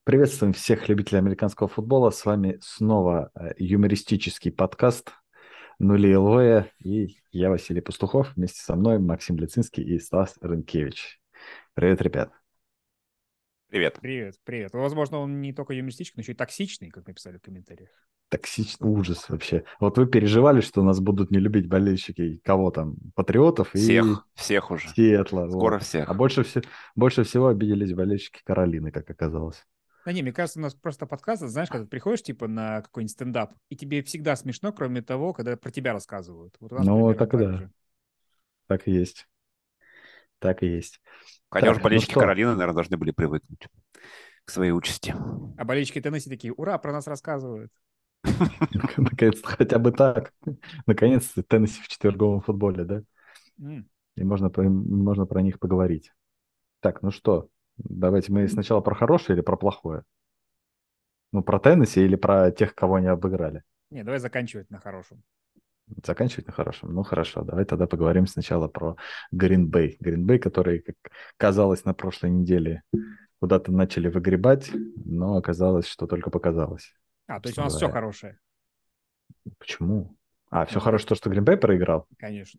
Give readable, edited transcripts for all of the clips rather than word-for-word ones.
Приветствуем всех любителей американского футбола. С вами снова юмористический подкаст «Нули ЛВ». И я, Василий Пастухов. Вместе со мной Максим Лицинский и Стас Рынкевич. Привет, ребят. Привет. Привет, привет. Возможно, он не только юмористичный, но еще и токсичный, как написали в комментариях. Токсичный ужас вообще. Вот вы переживали, что нас будут не любить болельщики кого там? Патриотов и Всех уже. Сиэтла. Скоро Вот. А всех. больше всего обиделись болельщики Каролины, как оказалось. Да не, мне кажется, у нас просто подкаст, знаешь, когда ты приходишь типа на какой-нибудь стендап, и тебе всегда смешно, кроме того, когда про тебя рассказывают. Вот у нас Ну, примерно так и так да. же. Так и есть. Так и есть. Хотя уж Так, ну болельщики что? Каролины, наверное, должны были привыкнуть к своей участи. А болельщики Теннесси такие, ура, про нас рассказывают. Наконец-то хотя бы так. Наконец-то Теннесси в четверговом футболе, да? М. И можно про них поговорить. Так, ну что, давайте мы сначала про хорошее или про плохое? Ну, про Теннесси или про тех, кого они обыграли? Не, давай заканчивать на хорошем. Заканчивать на хорошем. Ну, хорошо, давай тогда поговорим сначала про Грин-Бэй. Грин-Бэй, который, как казалось, на прошлой неделе куда-то начали выгребать, но оказалось, что только показалось, А, то есть у собственно нас все говоря. хорошее. Почему? А, все Ну, хорошо, то, что Грин-Бэй проиграл? конечно.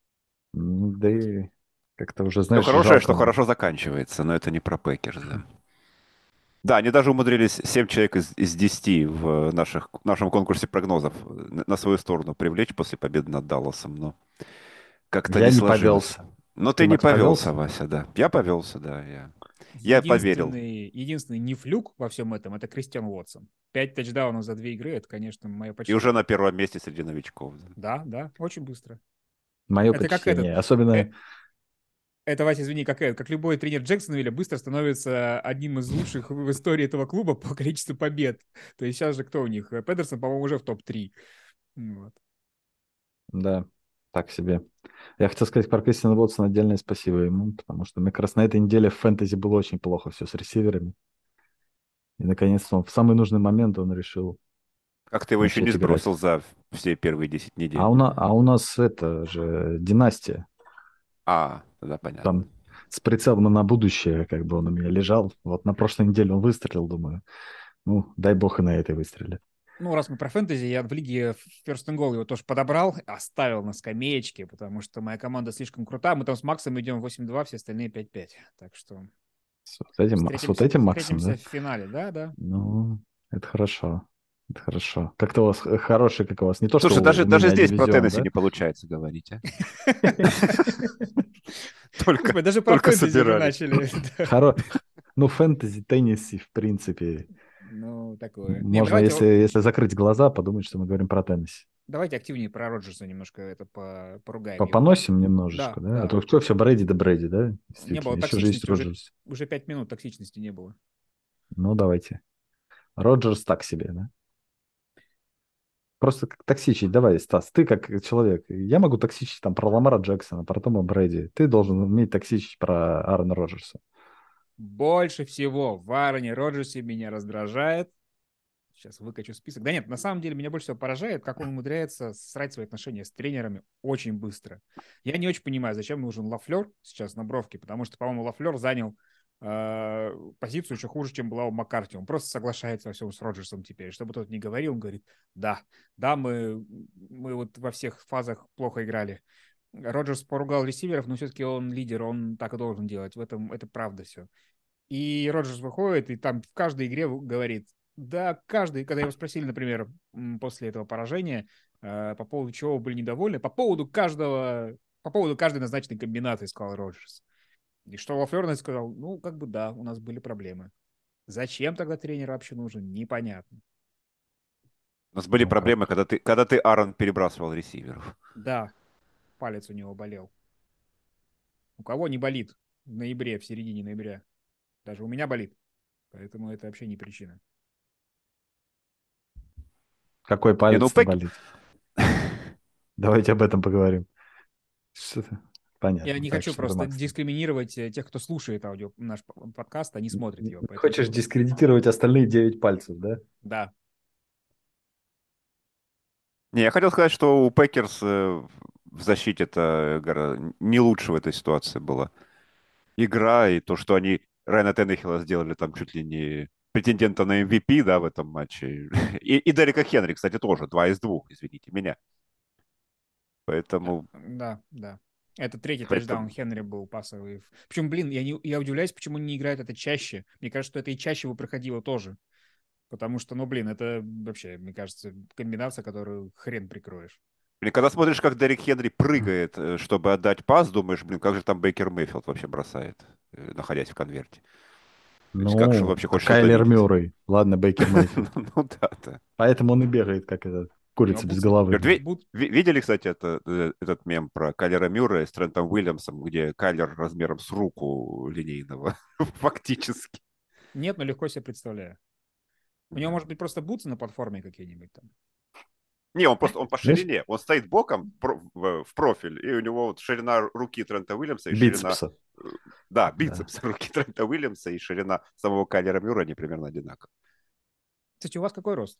Да и как-то уже, Все знаешь, хорошее, что жалко. хорошо заканчивается, но это не про Пекерс, да. Да, они даже умудрились 7 человек из 10 в нашем конкурсе прогнозов на свою сторону привлечь после победы над Далласом, но как-то Я не не сложилось. повелся. Но Ты, ты не Макс, повелся, повелся? Вася, да. Я повелся, да. Я поверил. Единственный не флюк во всем этом — это Кристиан Уотсон. 5 тачдаунов за 2 игры — это, конечно, мое И уже на почтение. первом месте среди новичков. Да. Да, да, очень быстро. Мое Это как этот. почтение. э, Особенно Это, Вася, извини, как любой тренер Джексонвилля быстро становится одним из лучших в истории этого клуба по количеству побед. То есть сейчас же кто у них? Педерсон, по-моему, уже в топ-3. Вот. да, так себе. Я хотел сказать про Кристиана Уотсона отдельное спасибо ему, потому что мне как раз на этой неделе в фэнтези было очень плохо все с ресиверами. И наконец-то он в самый нужный момент он решил Как ты его еще не начать играть. сбросил за все первые 10 А недель? у нас это же династия. Тогда понятно. Там с прицелом на будущее, как бы он у меня лежал. Вот на прошлой неделе он выстрелил, думаю. Ну, дай бог и на этой выстрелит. Ну, раз мы про фэнтези, я в лиге First and Goal его тоже подобрал, оставил на скамеечке, потому что моя команда слишком крута. Мы там с Максом идем 8-2, все остальные 5-5. Так что С вот этим Максом, встретимся да? в финале. Да, да. Ну, это хорошо. Это хорошо. Как-то у вас хороший, как у вас. Не то, что Слушай, у даже меня здесь про дивизион, Теннесси да? не получается говорить, а? Только, Господи, даже про только фэнтези уже собирались. начали. Да. Хоро... Ну, фэнтези, Тенниси, в принципе. Ну, такое. Не, Можно, давайте, если закрыть глаза, подумать, что мы говорим про теннис. давайте активнее про Роджерса немножко поругаем его. Поносим Да, немножечко, да? А да. то кто все Брэди да Брэди, да? Не было Действительно, еще же есть токсичности, Роджерс. уже 5 минут токсичности не было. Ну, давайте. Роджерс так себе, да? Просто как токсичить. Давай, Стас, ты как человек. Я могу токсичить там про Ламара Джексона, про Тома Брэди. Ты должен уметь токсичить про Аарона Роджерса. Больше всего в Аароне Роджерсе меня раздражает. Сейчас выкачу список. Да нет, на самом деле меня больше всего поражает, как он умудряется срать свои отношения с тренерами очень быстро. Я не очень понимаю, зачем нужен Лафлер сейчас на бровке, потому что, по-моему, Лафлер занял позицию еще хуже, чем была у Маккарти. Он просто соглашается во всем с Роджерсом теперь. Что бы тот ни говорил, он говорит, да, да, мы вот во всех фазах плохо играли. Роджерс поругал ресиверов, но все-таки он лидер, он так и должен делать. В этом это правда все. И Роджерс выходит, и там в каждой игре говорит, да, каждый, когда его спросили, например, после этого поражения, по поводу чего вы были недовольны, по поводу каждой назначенной комбинации, сказал Роджерс. И что Лафлер сказал, ну, как бы да, у нас были проблемы. Зачем тогда тренер вообще нужен, непонятно. У нас были Ну как? проблемы, когда ты Аарон перебрасывал ресиверов. Да, палец у него болел. У кого не болит в ноябре, в середине ноября? Даже у меня болит. Поэтому это вообще не причина. Какой Не, ну палец-то Пек... болит? Давайте об этом поговорим. Что-то Я понятно. не Так, хочу что-то просто Макс. дискриминировать тех, кто слушает наш подкаст, они смотрят его, Хочешь поэтому дискредитировать остальные 9 пальцев, да? да. Не, я хотел сказать, что у Пекерс в защите это не лучше в этой ситуации было. Игра и то, что они Райана Теннехилла сделали там чуть ли не претендента на MVP, да, в этом матче. И Дерека Хенри, кстати, тоже 2 из 2, извините меня. Поэтому, Да, да. Это третий тачдаун поэтому... Хенри был пасовый. Причем, блин, я удивляюсь, почему не играет это чаще. Мне кажется, что это и чаще бы проходило тоже. Потому что, ну, блин, это вообще, мне кажется, комбинация, которую хрен прикроешь. Блин, когда смотришь, как Дерек Хенри прыгает, чтобы отдать пас, думаешь, блин, как же там Бейкер Мэйфилд вообще бросает, находясь в конверте. То есть как же он Ну, вообще а хочет что-то Кайлер видеть? Мюррей. Ладно, Бейкер Мейфилд. Ну да, да. Поэтому он и бегает, как этот, У него курица без головы. Говорит, видели, кстати, этот мем про Кайлера Мюррея с Трентом Уильямсом, где Кайлер размером с руку линейного, фактически. Нет, но легко себе представляю. У него, Да. может быть, просто бутсы на платформе какие-нибудь там. Не, он по Знаешь, ширине. Он стоит боком в профиль, и у него вот ширина руки Трента Уильямса и ширина, бицепса. э, да, Да. бицепса руки Трента Уильямса и ширина самого Кайлера Мюррея, они примерно одинаковые. Кстати, у вас какой рост?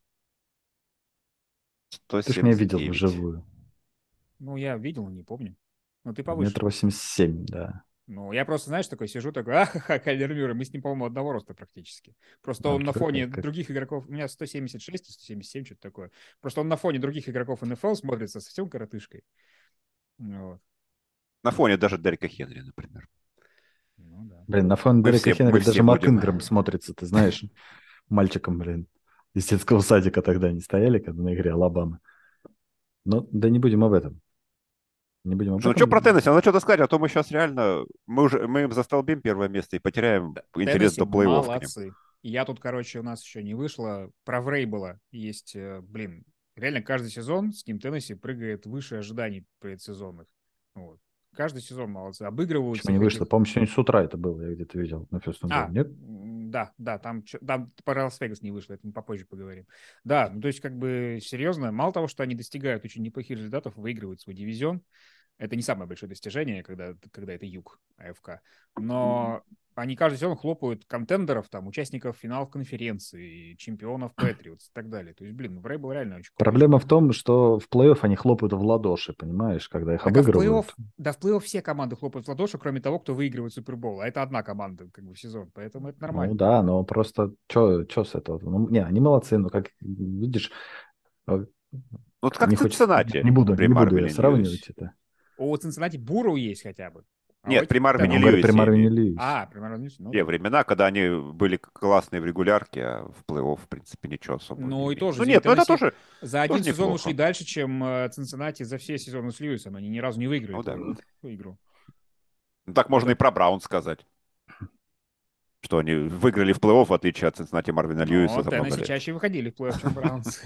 Ты ж меня видел 179. вживую. Ну, я видел, не помню. Но ты повыше. 1,87 м, да. Ну, я просто, знаешь, такой сижу, такой, ахаха, Кайлер Мюррей. Мы с ним, по-моему, одного роста практически. Просто А у он на тебя фоне как? других игроков... У меня 176 и 177, что-то такое. Просто он на фоне других игроков НФЛ смотрится совсем коротышкой. Ну вот. На фоне даже Дерека Хенри, например. Ну да. Блин, на фоне Дерека Мы Хенри все даже Марк будем... Ингрэм смотрится, ты знаешь, мальчиком, блин, из детского садика тогда не стояли, когда на игре Алабамы. Но да не будем об этом. Не будем об Ну что про этом. Теннесси? Надо что-то сказать, а то мы сейчас реально... Мы им застолбим первое место и потеряем интерес Теннесси до плей-офф к ним. молодцы. И я тут, короче, у нас еще не вышло. Про Врейбла есть, блин, реально каждый сезон с ним Теннесси прыгает выше ожиданий предсезонных. Вот. Каждый сезон молодцы. Обыгрывают Почему не всех вышло? этих... По-моему, сегодня с утра это было, я где-то видел на First and Goal, нет? Да, да, там про Лас-Вегас не вышло, это мы попозже поговорим. Да, ну то есть как бы серьезно, мало того, что они достигают очень неплохих результатов, выигрывают свой дивизион, это не самое большое достижение, когда это юг АФК, но они каждый сезон хлопают контендеров, там, участников финалов конференции, чемпионов Патриотс и так далее. То есть, блин, Врейбл реально очень крутой. Проблема в том, что в плей-офф они хлопают в ладоши, понимаешь, когда их Так а в плей-офф, обыгрывают. да, в плей-офф все команды хлопают в ладоши, кроме того, кто выигрывает Супербол. А это одна команда как бы в сезон, поэтому это Ну нормально. да, но просто что с этого? Ну, не, они молодцы, но как видишь, э, Ну, вот как не в хочется, Цинциннати не при буду я Марвине сравнивать Льюисе. это. У Цинциннати Бурроу есть хотя бы. А у Нет, при этих... Да, Да, но Марвине он говорит при Льюисе я Марвине имею в виду. Льюис. примерно, ну Те да. времена, когда они были классные в регулярке, а в плей-офф, в принципе, ничего особого не Ну и имели. тоже, Ну извини, нет, ну это Теннесси тоже, за один тоже сезон ушли неплохо. дальше, чем Цинциннати за все сезоны с Льюисом. Они ни разу не выиграли Ну да. эту игру. Ну, так можно и Это... про Браун сказать, что они выиграли в плей-офф, в отличие от Цинциннати Марвина Льюиса Но за много Теннесси лет. чаще выходили в плей-офф, чем Браунс.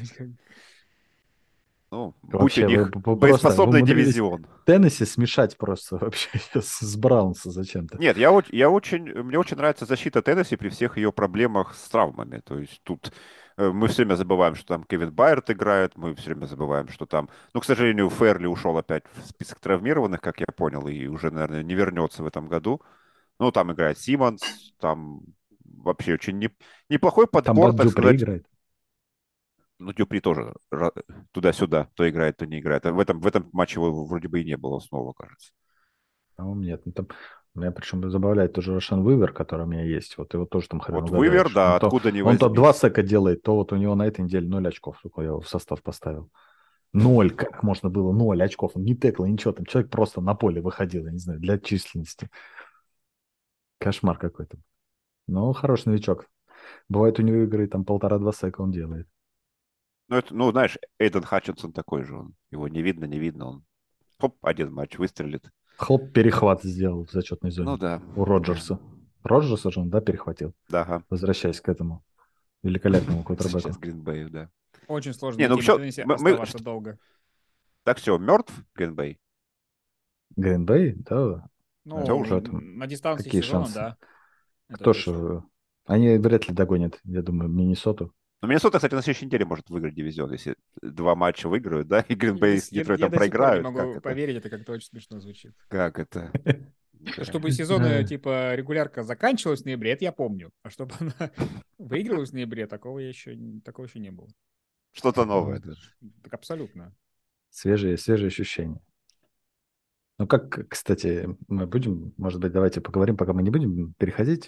Ну, будь у Вообще, них просто вы боеспособный умудрились дивизион. Теннесси смешать просто вообще с Браунса зачем-то. Нет, мне очень нравится защита Теннесси при всех ее проблемах с травмами. То есть тут мы все время забываем, что там Кевин Байерт играет, мы все время забываем, что там... Ну, к сожалению, Ферли ушел опять в список травмированных, как я понял, и уже, наверное, не вернется в этом году. Ну, там играет Симмонс, там вообще очень неплохой Там подбор, так Баджу сказать. проиграет. Ну, Дюпри тоже туда-сюда, то играет, то не играет. А в этом матче его вроде бы и не было снова, кажется. По-моему, нет. Ну, там, меня причем забавляет тоже Рошан Вивер, который у меня есть. Вот его тоже там хрен Вот Вывер, угадаешь. да, откуда ни Он то 2 возьмись. сека делает, то вот у него на этой неделе 0 очков. Только я его в состав поставил. 0, как можно было 0 очков? Он не теклил, ничего. Там человек просто на поле выходил, я не знаю, для численности. Кошмар какой-то. Но хороший новичок. Бывает у него игры, там 1,5-2 сека он делает. Ну, знаешь, Эйден Хатчинсон такой же. Его не видно. Он, хоп, один матч выстрелит. Хлоп, перехват сделал в зачетной Ну зоне да, у да, Роджерса. Роджерса же он, да, перехватил? да, ага. Возвращаясь к этому великолепному Сейчас квотербеку. Гринбею, да. Очень Не, сложно ну теме все, Теннесси оставаться долго. так все, мертв Гринбей? Гринбей, да. Все Ну, уже? Что там? на дистанции Какие сезона, шансы? да, это Кто ж... точно. Они вряд ли догонят, я думаю, Миннесоту. Ну, Миннесота, кстати, на следующей неделе может выиграть дивизион, если 2 матча выиграют, да, и Гринбей с Я Детройтом до сих пор не проиграют. Как могу это? поверить, это как-то очень смешно звучит. Как это? Чтобы сезоны, типа, регулярка заканчивалась в ноябре, это я помню. А чтобы она выигрывалась в ноябре, такого еще не было. Что-то новое даже. Так абсолютно. Свежие ощущения. Ну как, кстати, мы будем, может быть, давайте поговорим, пока мы не будем переходить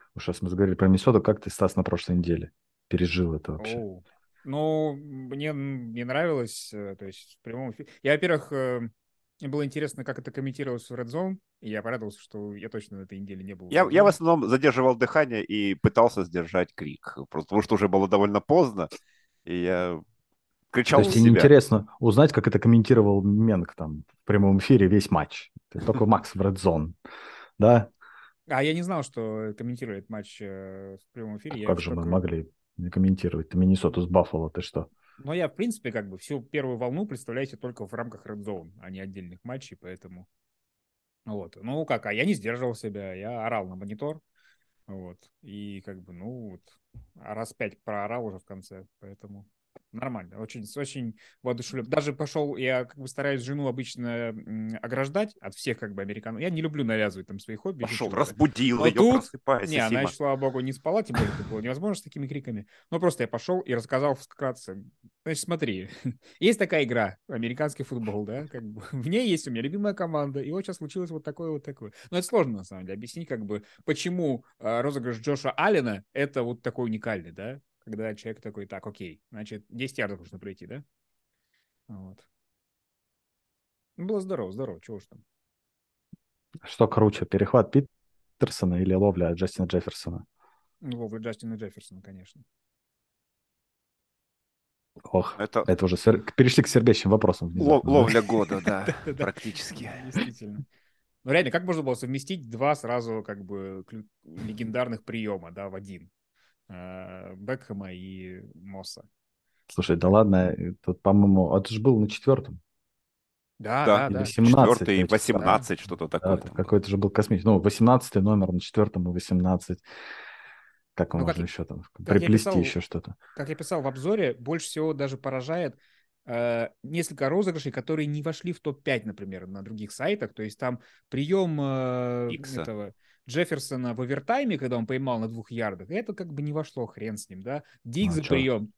Уж сейчас мы заговорили про Миннесоту, как ты, Стас, на прошлой неделе пережил это вообще? Оу. Ну, мне не нравилось, то есть в прямом эфире. Я, во-первых, мне было интересно, как это комментировалось в Red Zone, и я порадовался, что я точно на этой неделе не был в Red Я в Zone. основном задерживал дыхание и пытался сдержать крик. Просто потому что уже было довольно поздно, и я То кричал есть на тебе себя. неинтересно узнать, как это комментировал Менг там в прямом эфире весь матч? Ты только Макс в Red Zone, да? А я не знал, что комментирует матч в прямом эфире. Я Как же мы только... могли не комментировать? Ты Миннесоту с Баффало, ты что? Но я, в принципе, как бы всю первую волну представляю себе только в рамках Red Zone, а не отдельных матчей, поэтому... Вот. Ну как, а я не сдерживал себя, я орал на монитор, вот. И как бы, ну вот, раз 5 проорал уже в конце, поэтому нормально. Очень воодушевлен. Даже пошел, я как бы стараюсь жену обычно ограждать от всех как бы американцев. Я не люблю навязывать там свои хобби, еще Пошел, чего-то. разбудил Но ее, тут, просыпайся, не, она, Сима. слава богу, не спала, тем более это было невозможно с такими криками. Но просто я пошел и рассказал вкратце. Значит, смотри, есть такая игра, американский футбол, да, как бы в ней есть у меня любимая команда, и вот сейчас случилось вот такое, вот такое. Но это сложно, на самом деле, объяснить, как бы, почему розыгрыш Джоша Аллена это вот такой уникальный, да, когда человек такой, так, окей, значит, 10 ярдов нужно пройти, да? Вот. Ну, было здорово, здорово, чего уж там. Что круче, перехват Питерсона или ловля Джастина Джефферсона? Ну, ловля Джастина Джефферсона, конечно. Ох, Это это уже перешли к сердечным вопросам внезапно, да? ловля года, да, Да-да-да, практически. действительно. Ну, реально, как можно было совместить два сразу, как бы, легендарных приема, да, в один? Бекхэма и Мосса. Слушай, да Как бы. ладно, тут, по-моему, это же был на четвертом Да, Да, да, или да, 17, 4 и то есть там, да. 18, что-то да, такое там там было. какой-то же был космический, ну, 18 номер на четвертом и 18, как Ну, можно еще там как я приплести писал, еще что-то. как я писал в обзоре, больше всего даже поражает несколько розыгрышей, которые не вошли в топ-5, например, на других сайтах. То есть там прием Икса. этого Джефферсона в овертайме, когда он поймал на 2 ярдах, это как бы не вошло, хрен с ним, да. Ну, а Диггза что? прием.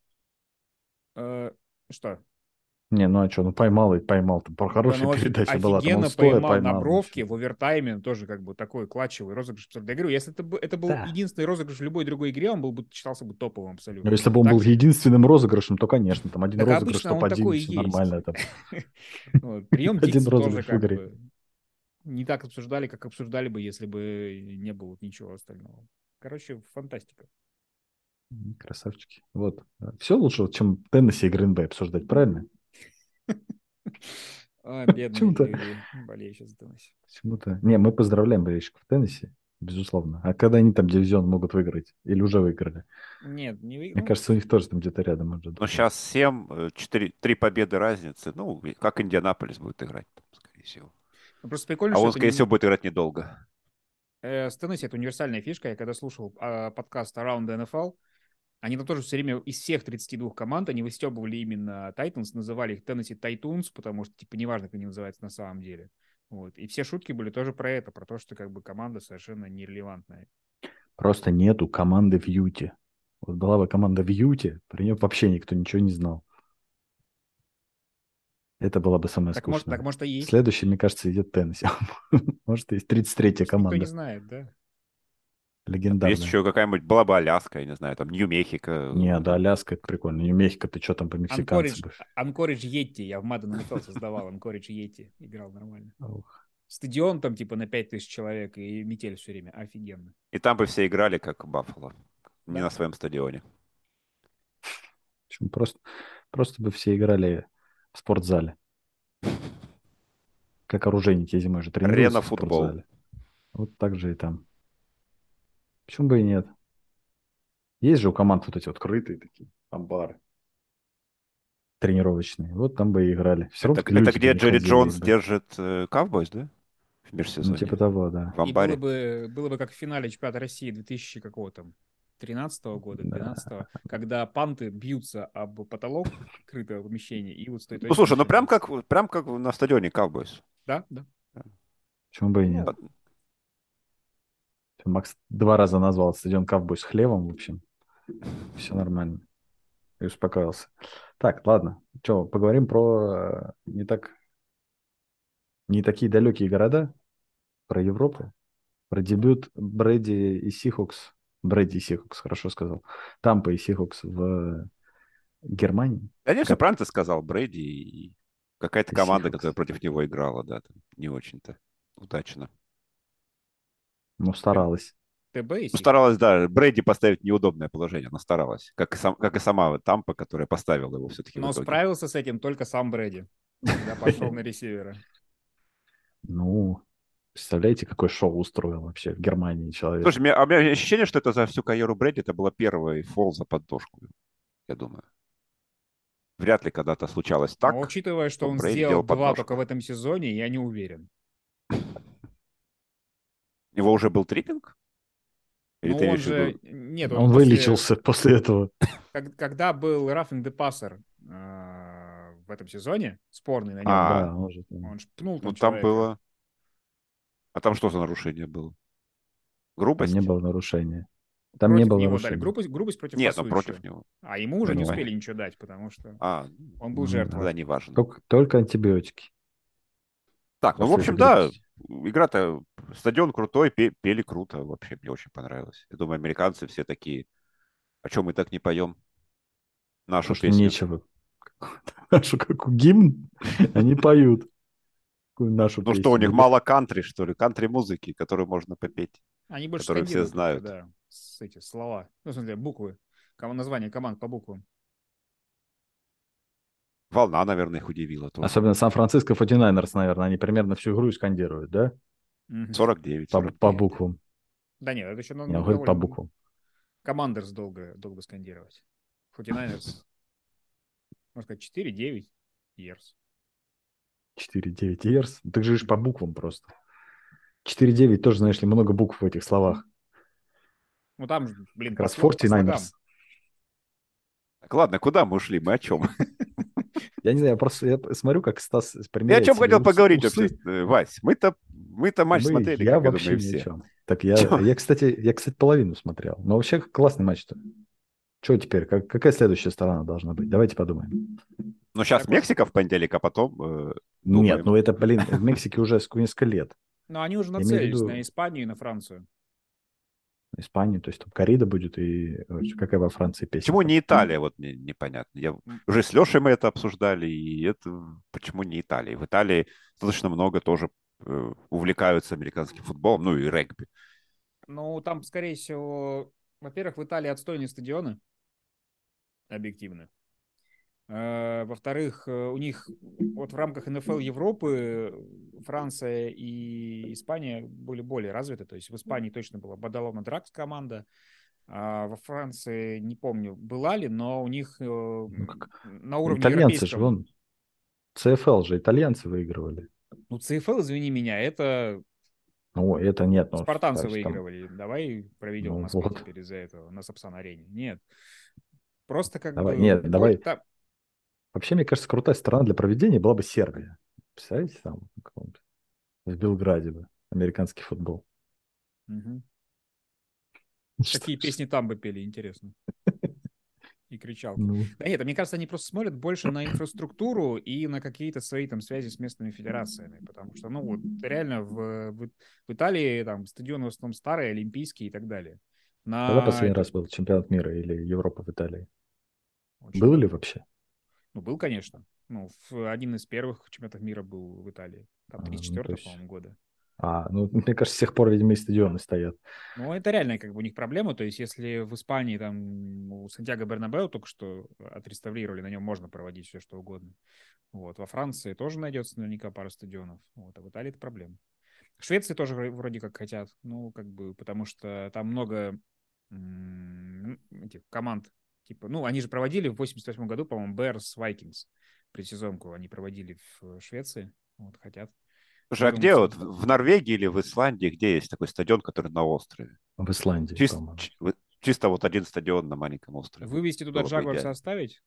Что? Не, ну а что, ну поймал и поймал. Там Да, хорошая ну передача была, там он офигенно стоя поймал на поймал, в бровке общем. в овертайме, тоже как бы такой клатчевый розыгрыш. Я говорю, если это был Да. единственный розыгрыш в любой другой игре, он был бы считался бы топовым Но абсолютно. если бы он был Также, единственным розыгрышем, то, конечно, там один так розыгрыш обычно он топ-1, такой и все есть. нормально. Там. Вот. Прием Один Дикса тоже розыгрыш в как игре. бы не так обсуждали, как обсуждали бы, если бы не было ничего остального. Короче, фантастика. Красавчики. Вот. Все лучше, чем Теннесси и Грин-Бэй обсуждать, правильно? Ой, бедные Почему-то, люди, болеющие за Теннесси. почему-то. Не, мы поздравляем болельщиков Теннесси, безусловно. А когда они там дивизион могут выиграть? Или уже выиграли? Нет, не Мне ну, кажется, у них тоже там где-то рядом может Но быть. сейчас 7, 4, 3 победы разницы. Ну, как Индианаполис будет играть, скорее всего. просто прикольно, А что он, это скорее всего, будет играть недолго. с Теннесси это универсальная фишка. Я когда слушал подкаст Around the NFL, они там тоже все время из всех 32 команд, они выстебывали именно Titans, называли их Tennessee Titans, потому что, типа, неважно, как они называются на самом деле. Вот. И все шутки были тоже про это, про то, что как бы команда совершенно нерелевантная. Просто нету команды в Юте. Вот была бы команда в Юте, при нем вообще никто ничего не знал. Это было бы самое Так скучное. может и есть. Следующий, мне кажется, идет Теннесси. Может, есть 33-я Просто никто не команда. знает, да. Есть Легендарная. еще какая-нибудь, была бы Аляска, я не знаю, там Нью-Мехико. Не, да, Аляска, это прикольно. Нью-Мехико, ты что там по мексиканцы Анкоридж, будешь? Анкоридж Йетти, я в Madden NFL создавал Анкоридж Йетти, играл нормально. Ух. Стадион там типа на 5000 человек и метель все время, офигенно. И там бы все играли, как Баффало. Не Да. на своем стадионе. Почему? Просто бы все играли в спортзале. Как оружейники зимой же Арена тренируются в футбол. спортзале. Вот так же и там. Почему бы и нет? Есть же у команд вот эти вот крытые такие амбары тренировочные. Вот там бы и играли. Все равно Это, таки это люди бы где не Джерри ходили Джонс бы. держит Cowboys, да? В Ну, межсезонье. типа того, да. В И было амбаре. бы, было бы как в финале чемпионата России 2000 какого там, 13 года, Да. 12 когда панты бьются об потолок крытого помещения, и вот с той Ну, точки слушай, ну начинается. прям как на стадионе Cowboys. Да, да. Почему бы и Ну, нет? Макс 2 раза назвал стадион Ковбой с хлевом, в общем. Все нормально. И успокоился. Так, ладно. Что, поговорим про не такие далекие города, про Европу, про дебют Брэди и Сихокс Брэди и Сихокс, хорошо сказал. Тампа и Сихокс в Германии. Конечно, Как правильно ты сказал, Брэди и какая-то и команда, Сихокс. которая против него играла, да, там не очень-то удачно. Ну, старалась. ТБ и Ну, Сихокс. старалась, да, Брэди поставить в неудобное положение, она старалась. Как и сама Тампа, которая поставила его все-таки в Но итоге. справился с этим только сам Брэди, когда пошел на ресивера. Ну, представляете, какое шоу устроил вообще в Германии человек. Слушай, у меня ощущение, что это за всю карьеру Брэди это было первый фол за подножку, я думаю. Вряд ли когда-то случалось Но так, учитывая, что что он Брэди сделал делал 2 только подножку. в этом сезоне, я не уверен. У него уже был триппинг? Или Ну, ты он имеешь в же... виду... Нет, он Он после... вылечился после этого. Когда был Roughing the Passer в этом сезоне, спорный на нем, А, Да, может. он шпнул ну там там человека. было... А там что за нарушение было? Там не Грубость? было нарушения. Там не Против было него дали. нарушения. Грубость против Нет, ну против пасующего. него. А ему уже не Ну, успели ничего дать, потому что Ну, он был жертва. тогда не важно. только антибиотики Так, ну, в после этой общем, да, грубости. игра-то... Стадион крутой, пели круто. Вообще, мне очень понравилось. Я думаю, американцы все такие... О чем мы так не поем? Нашу Потому что песню. нечего. Нашу как гимн они поют нашу Ну что, у песню. них мало кантри, что ли? Кантри-музыки, которую можно попеть, Они больше которую все скандируют только, знают. да, эти слова. Ну, в смысле, буквы. Название команд по буквам. Волна, наверное, их удивила тоже. Особенно Сан-Франциско 49 наверное, они примерно всю игру и скандируют, да? Мгм. 49, По 49. буквам. Да нет, это еще Я говорю по довольно... буквам. Командерс долго скандировать. 49ers, можно сказать, 4-9 years. 4-9 years. Так же по буквам просто. 4-9 тоже, знаешь ли, много букв в этих словах. Ну там, блин, Как раз по слогам. 49ers. Так, ладно, куда мы ушли? Мы о чем? Я не знаю, я смотрю, как Стас Я о примеряет чем себе хотел поговорить вообще, усы. Вась? Мы-то матч смотрели, Я как я думаю, вообще ни о все. чем. Так, Чё? я, кстати, половину смотрел. Но вообще классный матч-то. Что теперь? Какая следующая сторона должна быть? Давайте подумаем. Ну, сейчас Так вот, Мексика в понедельник, а потом Нет, думаем. ну это, блин, в Мексике уже несколько лет. но они уже Я имею в нацелились на виду Испанию и на Францию. Испанию, то есть там коррида будет и какая во Франции песня Почему там. не Италия, вот мне непонятно. Уже с Лешей мы это обсуждали, и это почему не Италия? В Италии достаточно много тоже увлекаются американским футболом, ну и регби. Ну, там, скорее всего, во-первых, в Италии отстойные стадионы, объективно. Во-вторых, у них вот в рамках НФЛ Европы Франция и Испания были более развиты. То есть в Испании точно была Бадалона Дракс команда, а во Франции, не помню, была ли, но у них Ну, как... на уровне Итальянцы же, европейском. вон, ЦФЛ же итальянцы выигрывали. Ну, ЦФЛ, извини меня, это Ну, это нет, ну, спартанцы значит, там, выигрывали. Давай проведем в ну, Москве вот. теперь из-за этого на Сапсан-арене. Нет. Просто как Давай, бы нет, давай. там, Вообще, мне кажется, крутая страна для проведения была бы Сербия. Представляете, там, в Белграде бы, американский футбол. мгм. Что Какие ж, песни там бы пели, интересно. И кричалки. ну, Да нет, мне кажется, они просто смотрят больше на инфраструктуру и на какие-то свои там связи с местными федерациями, потому что, ну вот, реально в Италии там стадионы в основном старые, олимпийские и так далее. когда На последний этот, раз был чемпионат мира или Европа в Италии? очень Был ли давно. вообще? Ну, был, конечно. Ну, один из первых чемпионатов мира был в Италии. Там Ну, то 34-го, есть... по-моему, года. Ну, мне кажется, с тех пор, видимо, и стадионы стоят. Ну, это реально как бы у них проблема. То есть, если в Испании там у Сантьяго Бернабеу только что отреставрировали, на нем можно проводить все, что угодно. Вот. Во Франции тоже найдется наверняка пара стадионов. Вот. А в Италии это проблема. В Швеции тоже вроде как хотят. Ну, как бы, потому что там много этих команд. Типа, ну, они же проводили в 88 году, по-моему, Bears Vikings. Предсезонку они проводили в Швеции. Вот, хотят Слушай, а где выдумать вот, себе. в Норвегии или в Исландии, где есть такой стадион, который на острове? В Исландии, Чис- по-моему. чисто вот один стадион на маленьком острове. Вывести туда Было бы Джагуарса идеально. оставить?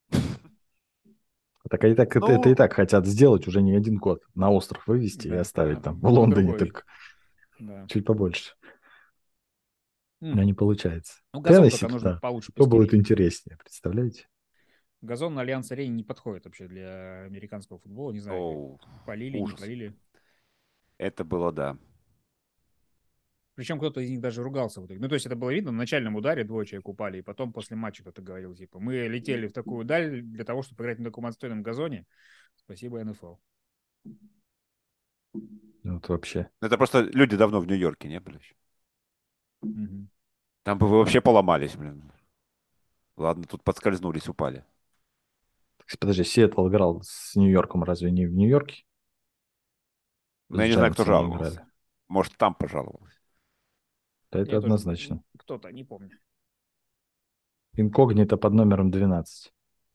Так, они так, это и Ну, так хотят сделать уже не один год. На остров вывести и Да, оставить а там. В на Лондоне другой. только Да. чуть побольше. М. Но не получается. Ну, газон Теннесси только нужно туда. получше То будет постелить. интереснее, представляете? Газон на Альянс-арене не подходит вообще для американского футбола. Не знаю, оу, полили, не ужас. полили. Это было, да. Причем кто-то из них даже ругался в итоге. Ну, то есть это было видно, на начальном ударе двое человек упали, и потом после матча кто-то говорил, типа, мы летели в такую даль для того, чтобы играть на таком отстойном газоне. Спасибо, НФЛ. Вот вообще. Это просто люди давно в Нью-Йорке не были еще. Мгм. Там бы вы вообще поломались, блин. Ладно, тут подскользнулись, упали. Подожди, Сиэтл играл с Нью-Йорком, разве не в Нью-Йорке? Но С я не знаю, кто Giants они играли. жаловался. Может, там пожаловался. Да это Я тоже, однозначно. кто-то, не помню. Инкогнито под номером 12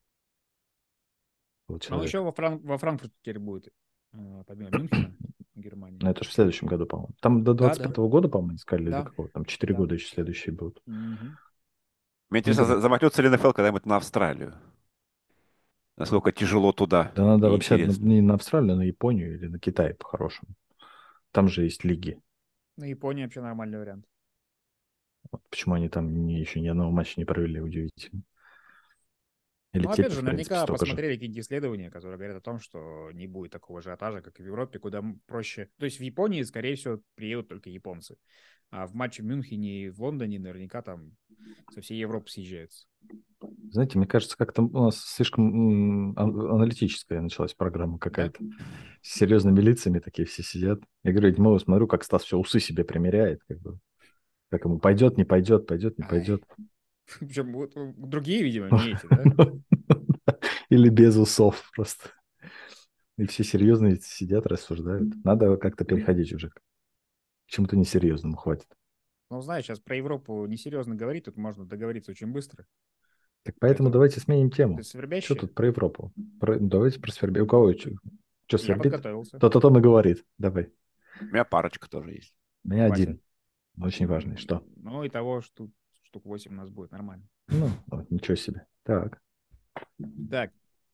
был Но человек. еще во Франкфурте теперь будет, помимо Мюнхена, Германии. Но это же в следующем году, по-моему. Там до Да, да, 25-го года, по-моему, искали, или до да, какого? Там 4 да. года еще следующие будут. Мгм. Мне Ну, интересно, блин. замахнется ли НФЛ когда-нибудь на Австралию? Насколько тяжело туда Да надо и вообще интересно. не на Австралию, а на Японию или на Китай по-хорошему. Там же есть лиги. Ну, Япония вообще нормальный вариант. Вот почему они там еще ни одного матча не провели, удивительно. Или Ну, опять те-то, же, в принципе, наверняка столько же. посмотрели какие-нибудь исследования, которые говорят о том, что не будет такого ажиотажа, как и в Европе, куда проще. То есть в Японии, скорее всего, приедут только японцы. А в матче в Мюнхене и в Лондоне наверняка там со всей Европы съезжаются. Знаете, мне кажется, как-то у нас слишком аналитическая началась программа Да? какая-то. С серьезными лицами такие все сидят. Я говорю, Димову смотрю, как Стас все усы себе примеряет. Как бы. Как ему пойдет, не пойдет, пойдет, не Ай. пойдет. Причем вот другие, видимо, не эти, да? Или без усов просто. И все серьезные сидят, рассуждают. Надо как-то переходить уже к чему-то несерьезному, хватит. Ну, знаешь, сейчас про Европу несерьезно говорить, тут можно договориться очень быстро. Так поэтому Поэтому давайте сменим ты тему. Что свербящий? тут про Европу? Давайте про свербит. У кого что Я свербит? подготовился. Тот о том и говорит. Давай. У меня парочка тоже есть. У меня Вася. один. Очень важный. Что? Ну, и того, что штук 8 у нас будет нормально. Ну, вот, ничего себе. Так. Так,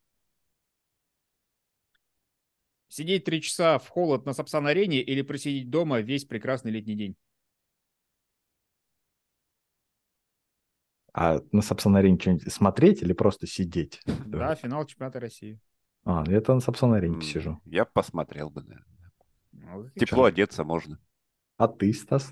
сидеть 3 часа в холод на Сапсан-арене или просидеть дома весь прекрасный летний день? А на Сапсан-арене что-нибудь смотреть или просто сидеть? Да, финал чемпионата России. Я-то на Сапсан-арене посижу. Я посмотрел бы, наверное. Ну, как и Тепло чё. одеться можно. А ты, Стас?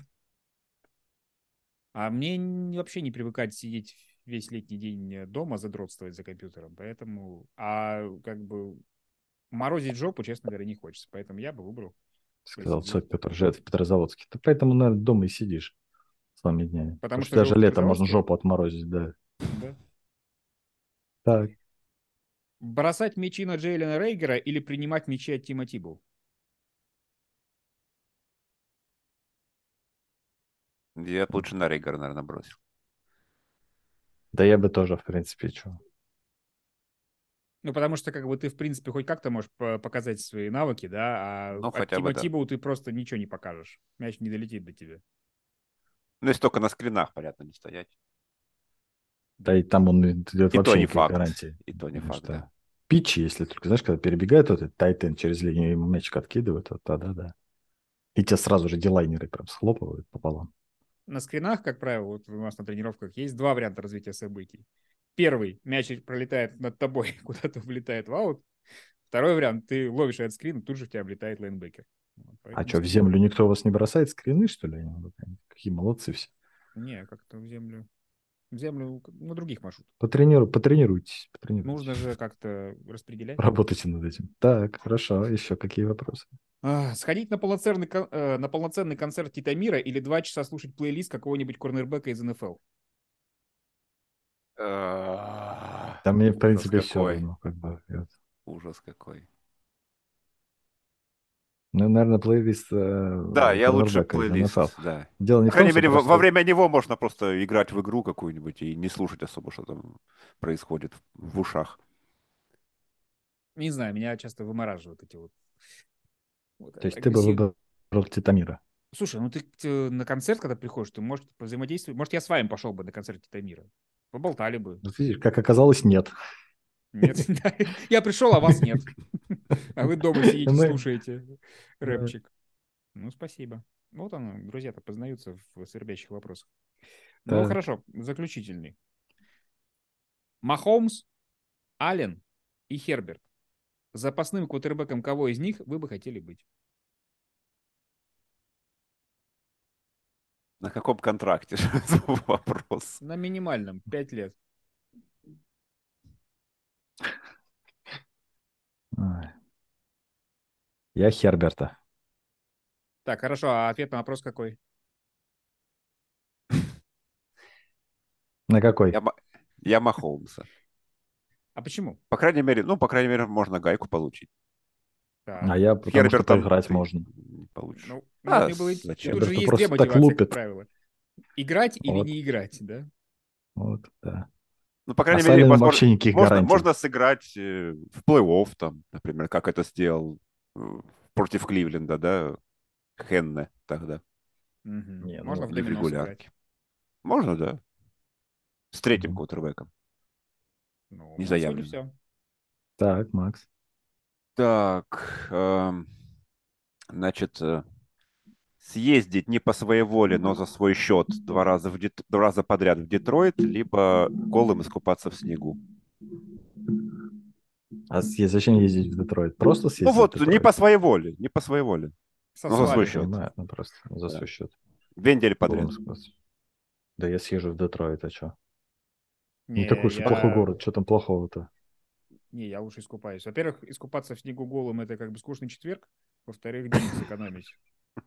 А мне вообще не привыкать сидеть весь летний день дома, задротствовать за компьютером, поэтому, как бы морозить жопу, честно говоря, не хочется, поэтому я бы выбрал Сказал просидеть. человек, который живет в Петрозаводске. Ты поэтому, наверное, дома и сидишь целыми днями. Потому Потому что что живу даже в летом можно Петрозаводске, жопу отморозить, да. да. Так. Бросать мячи на Джейлена Рейгера или принимать мячи от Тима Тибу? Я б лучше на Рейгар, наверное, бросил. Да я бы тоже, в принципе, что. Ну, потому что, как бы, ты, в принципе, хоть как-то можешь показать свои навыки, да, а Ну, от хотя бы Тима да. Тибоу ты просто ничего не покажешь. Мяч не долетит до тебя. Ну, если только на скринах, понятно, не стоять. Да и там он идет И то вообще не никаких факт. гарантий. И то не Потому факт, да. что питчи, если только, знаешь, когда перебегает вот этот тайтен через линию, ему мячик откидывают, вот тогда да. И тебя сразу же дилайнеры прям схлопывают пополам. На скринах, как правило, вот у нас на тренировках есть два варианта развития событий. Первый, мяч пролетает над тобой, куда-то влетает в аут. Второй вариант, ты ловишь этот скрин, тут же в тебя влетает лейнбекер. Вот, А поэтому что, в скрин... землю никто у вас не бросает скрины, что ли? Какие молодцы все. Не, как-то в землю... В землю на других маршрутах. Потренируйтесь, потренируйтесь. Нужно же как-то распределять. Работайте над этим. Так, хорошо. Еще какие вопросы? Сходить на полноценный концерт Титамира или 2 часа слушать плейлист какого-нибудь корнербека из НФЛ? Там мне, в Ужас принципе, все какой. равно. Как бы, Ужас какой. ну, наверное, плейлист Да, я лучше корнербека из НФЛ. плейлист, да. Дело не По в том, крайней что мере, во просто... время него можно просто играть в игру какую-нибудь и не слушать особо, что там происходит в ушах. Не знаю, меня часто вымораживают эти вот То есть ты бы агрессивные. выбрал Титамира. Слушай, ну ты на концерт, когда приходишь, ты можешь взаимодействовать. Может, я с вами пошел бы на концерт Титамира. Поболтали бы. Вот видишь, как оказалось, нет. Нет, я пришел, а вас нет. А вы дома сидите, Мы- слушаете да. рэпчик. Ну, спасибо. Вот оно, друзья-то познаются в свербящих вопросах. Ну, Так. хорошо, заключительный. Махомс, Аллен и Херберт. Запасным квотербеком кого из них вы бы хотели быть? На каком контракте? Вопрос. На минимальном, 5 лет. Ай. Я Херберта. Так, хорошо, а ответ на вопрос какой? На какой? Я Махоумса. А почему? По крайней мере, можно гайку получить. А Так, я потому что Хербертом поиграть ты можно. не получишь. ну, А мне было... И зачем? тут же Херберта есть две просто так мотивации, как лупит. правило. Играть или Вот, не играть, да? вот, да. Ну, по А крайней с мере, Алленом возможно, вообще никаких гарантий. можно сыграть в плей-офф, там, например, как это сделал против Кливленда, да, Хенне тогда, Мгм. Не, Можно ну, в или в домино сыграть. регулярке. Можно, да, с третьим ну. квотербеком, Ну, не на сегодня заявленным. все. Так, Макс. Так, значит, съездить не по своей воле, но за свой счет два раза подряд в Детройт, либо голым искупаться в снегу. А зачем ездить в Детройт? Просто Ну съездить в вот, не Детройт? по своей воле, не по своей воле, но за Не, свой я Сослали. счет. понимаю, ну просто за Да. свой счет. 2 недели подряд. Голым спать. Да я съезжу в Детройт, а что? Не Не, такой уж и плохой я... город, что там плохого-то? Не, я лучше искупаюсь. Во-первых, искупаться в снегу голым — это как бы скучный четверг. Во-вторых, денег сэкономить.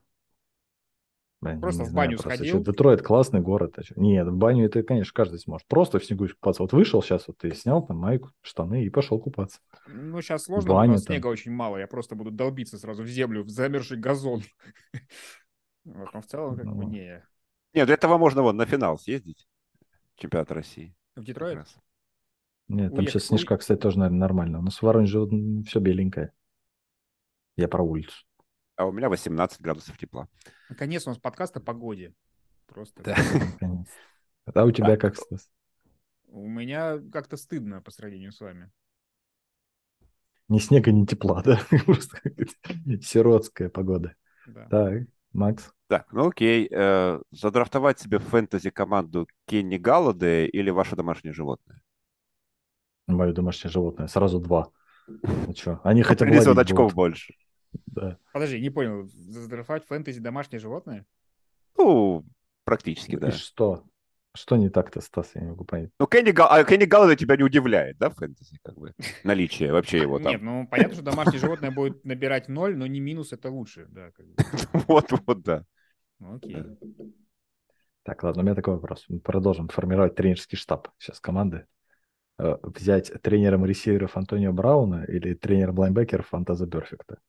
Блин, Просто не в знаю, баню просто что сходил. Детройт классный город. А чё? Нет, в баню это, конечно, каждый сможет. Просто в снегу купаться. Вот вышел сейчас, вот ты снял там майку, штаны и пошел купаться. Ну, сейчас В сложно, будет, у баню нас там. снега очень мало. Я просто буду долбиться сразу в землю, в замерзший газон. Вот, но в целом, как бы, Ну, не. Нет, для этого можно вон на финал съездить. Чемпионат России. В Как Детройт? раз. нет, там сейчас Уехать. снежка, кстати, тоже, наверное, нормально. У нас в Воронеже все беленькое. Я про улицу. А у меня 18 градусов тепла. Наконец у нас подкаст о погоде. Просто Да. Наконец. А у тебя Так, как, Стас? у меня как-то стыдно по сравнению с вами. Ни снега, ни тепла, да? Просто какая-то сиротская погода. Да. Так, Макс. так, ну окей. Задрафтовать себе в фэнтези команду Кенни Галладея или ваше домашнее животное? Мое домашнее животное. Сразу два. Ну что, они Кто хотя бы принесет ловить очков будут. больше? Да. Подожди, не понял. Задрафтовать фэнтези домашнее животное? Ну, практически, Ну и да. что? Что не так-то, Стас? Я не могу понять. Ну, Кенни Галладей тебя не удивляет, да, в фэнтези, как бы? Наличие вообще его Нет, там. ну понятно, что домашнее животное будет набирать ноль, но не минус, это лучше. Да, как бы. Вот, да. Ну, Да. окей. Так, ладно, у меня такой вопрос. Мы продолжим формировать тренерский штаб сейчас команды. Взять тренером ресиверов Антонио Брауна или тренером лайнбекеров Фантаза Перфекта?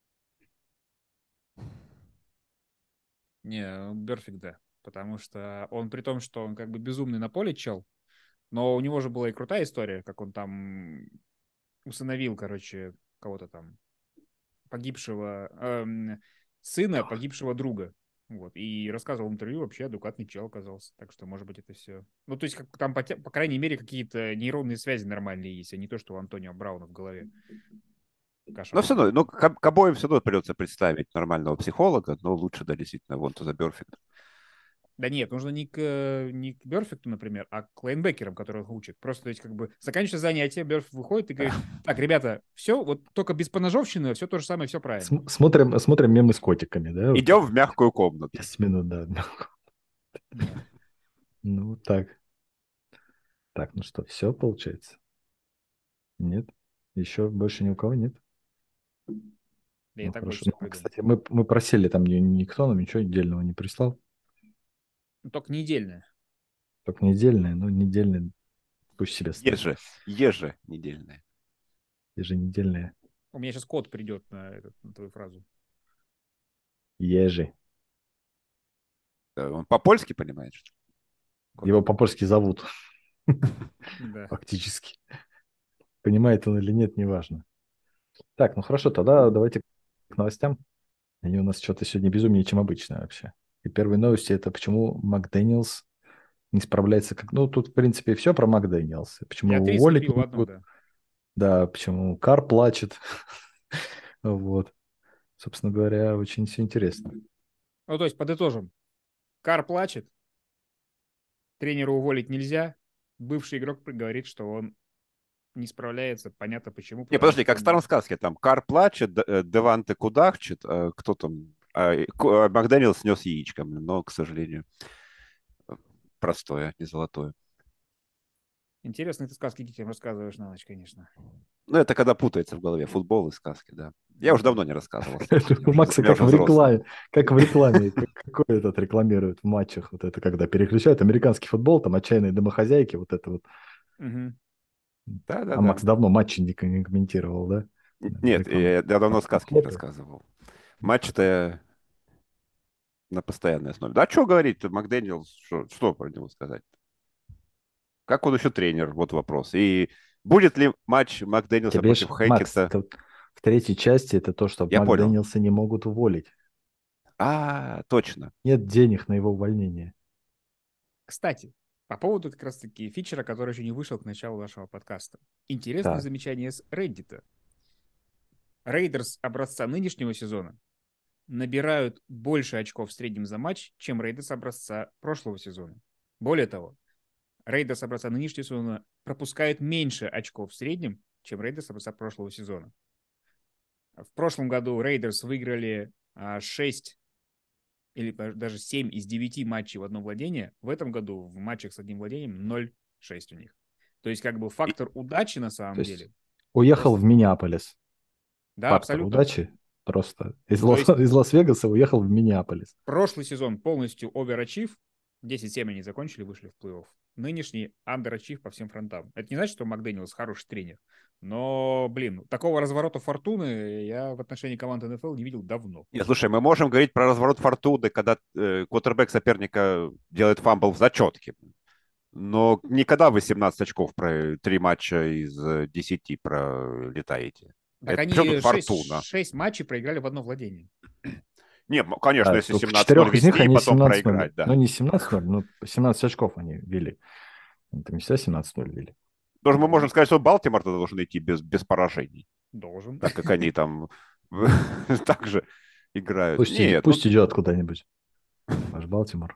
Не, Берфик, да. Потому что он, при том, что он как бы безумный на поле чел, но у него же была и крутая история, как он там усыновил, короче, кого-то там, погибшего, сына погибшего друга. Вот. И рассказывал в интервью, вообще адекватный чел оказался. Так что, может быть, это все... Ну, то есть, как, там, по крайней мере, какие-то нейронные связи нормальные есть, а не то, что у Антонио Брауна в голове. Каша Но все равно, полная. ну, к обоим все равно придется представить нормального психолога, но лучше, да, действительно, вон то за Берфикт. Да нет, нужно не к Берфекту, например, а к лайнбекерам, которых учат. Просто, то есть, как бы, заканчивается занятие, Берфект выходит и говорит: так, ребята, все, вот только без поножовщины, все то же самое, все правильно. Смотрим мемы с котиками, да? Вот Идем так в вот. мягкую комнату. 10 минут, да. Да. Ну, так. Так, ну что, все получается? Нет? Еще больше ни у кого нет? Да я Ну, так больше хорошо. всего Ну, придумал. кстати, мы просили, там никто нам ничего отдельного не прислал. Ну, только недельное. Только недельные, но недельные пусть себе ставят. Еженедельное. Еженедельные. У меня сейчас код придет на твою фразу. Ежи. Он по-польски понимает, что ли? Его по-польски зовут. Да. Фактически. Понимает он или нет, неважно. Так, ну хорошо, тогда давайте к новостям. Они у нас что-то сегодня безумнее, чем обычно вообще. И первые новости — это почему МакДэниелс не справляется как... Ну, тут, в принципе, все про МакДэниелс. Почему Я его три уволить слепил не в одно, могут. да. Да, почему Кар плачет. Вот. Собственно говоря, очень все интересно. Ну, то есть, подытожим. Кар плачет, тренера уволить нельзя, бывший игрок говорит, что он не справляется, понятно почему, Не, потому подожди, что как в старом сказке, там Кар плачет, Деванте кудахчет, кто там, Макдэниел снес яичком, но, к сожалению, простое, не золотое. Интересные ты сказки детям рассказываешь на ночь, конечно. Ну, это когда путается в голове футбол и сказки, да. Я уже давно не рассказывал сказки. Это у Макса Я уже взрослый. как в рекламе, какой этот рекламируют в матчах, вот это когда переключают американский футбол, там отчаянные домохозяйки, вот это вот. Мгм. А Да-да-да. Макс давно матчи не комментировал, да? Нет, Реклама. я давно сказки не Хлопает. рассказывал. Матч-то я на постоянной основе. Да что говорить, Макдэниел, что про него сказать? Как он еще тренер? Вот вопрос. И будет ли матч Макдэниелса Тебе против ж, Макс, Хэкета? в третьей части это то, что Я понял. Макдэниелса не могут уволить. Точно. Нет денег на его увольнение. Кстати, по поводу как раз-таки фичера, который еще не вышел к началу нашего подкаста. Интересное Так, замечание с Reddit. Рейдерс образца нынешнего сезона набирают больше очков в среднем за матч, чем Рейдерс образца прошлого сезона. Более того, Рейдерс образца нынешнего сезона пропускают меньше очков в среднем, чем Рейдерс образца прошлого сезона. В прошлом году Рейдерс выиграли 6 или даже 7 из 9 матчей в одно владение. В этом году в матчах с одним владением 0,6 у них. То есть как бы И- фактор удачи на то самом есть деле. уехал в Просто, Миннеаполис. да, Фактор абсолютно. удачи просто. Из, То есть из Лас-Вегаса уехал в Миннеаполис. прошлый сезон полностью оверачив, 10-7 они закончили, вышли в плей-офф. Нынешний андерачив по всем фронтам. Это не значит, что Макдэниелс хороший тренер. Но, блин, такого разворота фортуны я в отношении команды НФЛ не видел давно. Нет, слушай, мы можем говорить про разворот фортуны, когда квотербек соперника делает фамбл в зачетке. Но никогда вы 17 очков про 3 матча из 10 пролетаете. Так Это причем они тут фортуна? 6 матчей проиграли в одно владение. Не, конечно, Да, если в 17-0 четырех из них вести и они потом 17-0. проиграть, да. Ну, не 17-0, но 17 очков они вели. Это не всегда 17-0 вели. Тоже мы можем Ну, сказать, что Балтимор тогда должен идти без поражений, должен. так как они там так же играют. Нет, ну Пусть идет куда-нибудь. Ваш Балтимор.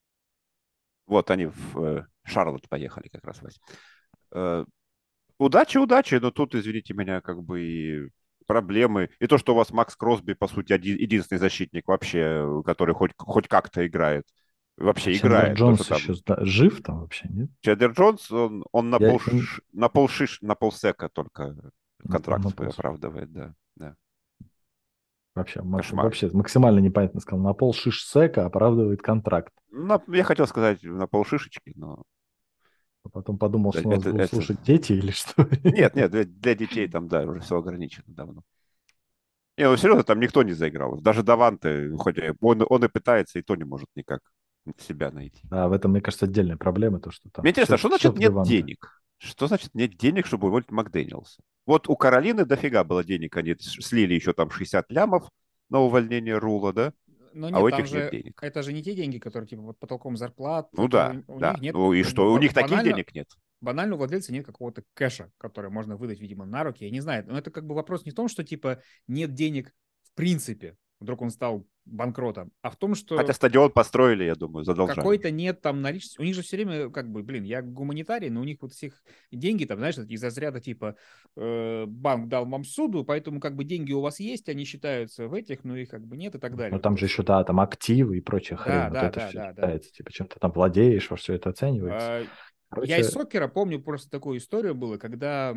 вот они в Шарлотт поехали как раз, Вась. Э, Удачи, удачи, но тут, извините меня, как бы и проблемы. И то, что у вас Макс Кросби, по сути, единственный защитник вообще, который хоть как-то играет. А Вообще Чендлер играет. То, что Джонс еще там жив там вообще, нет? Чеддер Джонс, он Я, на полсека только контракт на свой оправдывает, да. Да. вообще, Макс Кошмар. вообще максимально непонятно сказал. На пол шиш-сека оправдывает контракт. Я хотел сказать на полшишечки, но А потом подумал, что нас будут это... слушать дети или что. Нет, нет, для детей там, да, уже все ограничено давно. Не, ну серьезно, там никто не заиграл. Даже Даванте, хоть он и пытается, и то не может никак себя найти. А в этом, мне кажется, отдельная проблема, то, что Мне там интересно, что все значит в нет Деванте. денег? Что значит нет денег, чтобы уволить Макдэниелса? Вот у Каролины дофига было денег, они слили еще там 60 лямов на увольнение Рула, да? Но А у нет, там этих нет же денег. это же не те деньги, которые типа под потолком зарплат. Ну Это да, у них да. нет. Ну и что? У них таких Банально, денег нет. банально у владельца нет какого-то кэша, который можно выдать, видимо, на руки. Я не знаю. Но это как бы вопрос не в том, что типа нет денег в принципе. Вдруг он стал банкротом, а в том, Хотя что стадион построили, я думаю, задолжали. какой-то нет там наличности. У них же все время, как бы, блин, я гуманитарий, но у них вот всех деньги там, знаешь, из разряда типа банк дал вам суду, поэтому как бы деньги у вас есть, они считаются в этих, но их как бы нет и так Но далее. там То же есть, еще, да, там активы и прочая да, хрень. Вот да, это да, все да, да. считается. Типа, чем ты там владеешь, во все это оценивается. А, Я из Короче, сокера помню просто такую историю было, когда,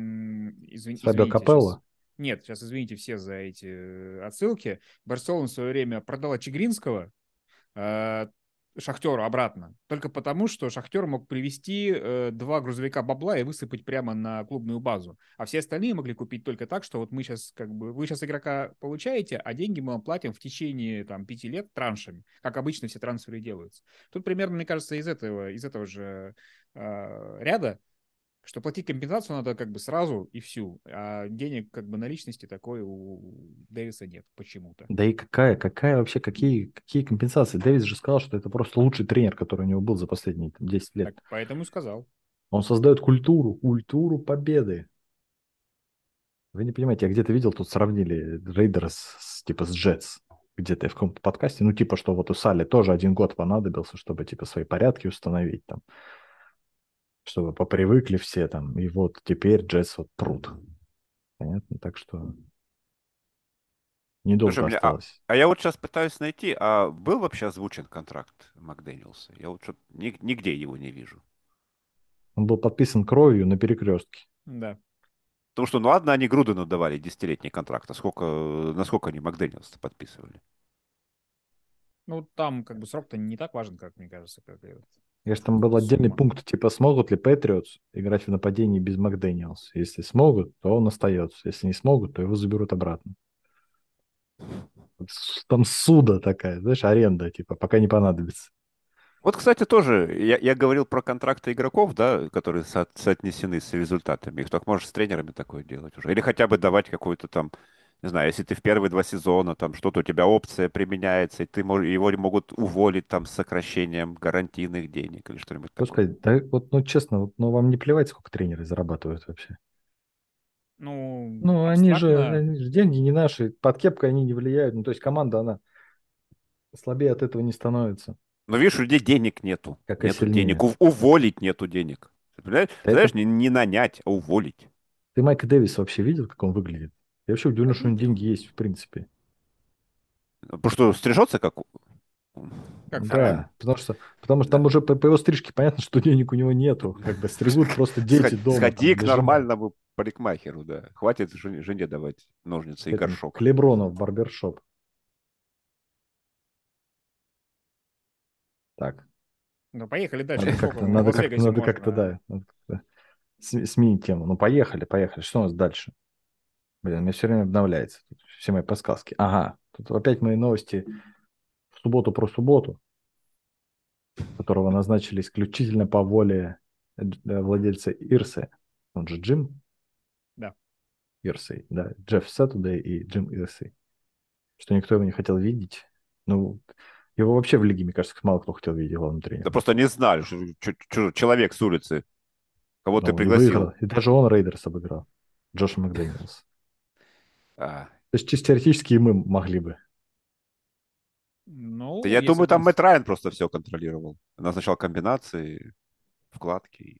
Фабио извините, сейчас, Капелло. нет, сейчас извините все за эти отсылки. Барселона в свое время продала Чигринского, э, Шахтеру обратно. Только потому, что Шахтер мог привезти 2 грузовика бабла и высыпать прямо на клубную базу. А все остальные могли купить только так, что вот мы сейчас, как бы, вы сейчас игрока получаете, а деньги мы вам платим в течение там 5 лет траншами, как обычно все трансферы делаются. Тут примерно, мне кажется, из этого же ряда, что платить компенсацию надо как бы сразу и всю, а денег как бы наличности такой у Дэвиса нет почему-то. Да и какая вообще, какие компенсации? Дэвис же сказал, что это просто лучший тренер, который у него был за последние там, 10 лет. Так, поэтому и сказал. Он создает культуру победы. Вы не понимаете, я где-то видел, тут сравнили Рейдерс типа с Джетс. Где-то в каком-то подкасте. Ну, типа, что вот у Салли тоже 1 год понадобился, чтобы типа свои порядки установить там, чтобы попривыкли все там. И вот теперь Джетс вот прут. Понятно? Так что Слушай, Недолго осталось. а я вот сейчас пытаюсь найти, а был вообще озвучен контракт Макдэниелса? Я вот что-то нигде его не вижу. Он был подписан кровью на перекрестке. Да. Потому что, ну ладно, они Грудену давали 10-летний контракт, а насколько они Макдэниелса подписывали? Ну, там как бы срок-то не так важен, как мне кажется, как и вот Я же там был отдельный сумма. пункт, типа, смогут ли Патриотс играть в нападении без Макдэниелса. Если смогут, то он остается. Если не смогут, то его заберут обратно. Там суда такая, знаешь, аренда, типа, пока не понадобится. Вот, кстати, тоже, я говорил про контракты игроков, да, которые соотнесены с результатами. Их так можешь с тренерами такое делать уже. Или хотя бы давать какую-то там, не знаю, если ты в первые 2 сезона, там что-то у тебя опция применяется, и его могут уволить там с сокращением гарантийных денег или что-нибудь Что такое. сказать? Да, вот, ну, честно, вот, ну, вам не плевать, сколько тренеры зарабатывают вообще? Ну, Ну, абстрактно, они же деньги не наши, под кепкой они не влияют. Ну, то есть команда, она слабее от этого не становится, Но видишь, у людей денег нету. как и Нету денег. сильнее. Уволить нету денег. Ты Это представляешь, не нанять, а уволить. ты Майка Дэвиса вообще видел, как он выглядит? Я вообще удивлен, да что у него видел. деньги есть, в принципе. Потому что стрижется как... Как Да, Феррари. потому что там Да. уже по его стрижке понятно, что денег у него нету. Как бы стригут просто дети дома там Сходи к для жены. нормальному парикмахеру, да. Хватит жене давать ножницы и Этому к горшок. Леброну в барбершоп. Так, Ну, поехали дальше. Сколько в надо Лас-Вегасе как-то, можно? да, надо как-то сменить тему. Ну, поехали. Что у нас дальше? Блин, у меня все время обновляется. Тут все мои подсказки. Ага, тут опять мои новости в субботу про субботу, которого назначили исключительно по воле владельца Ирсы. Он же Джим Да. Ирсей, да, Джефф Саттудей и Джим Ирсей. Что никто его не хотел видеть. Ну, его вообще в лиге, мне кажется, мало кто хотел видеть главным Да тренером. просто не знали, что человек с улицы, кого ты Ну, и пригласил. выиграл. И даже он Рейдерс обыграл. Джоша Макдэниелс. А, То есть чисто теоретически и мы могли бы. да Ну, я если думаю, бы... там Мэтт Райан просто все контролировал. Назначал комбинации, вкладки.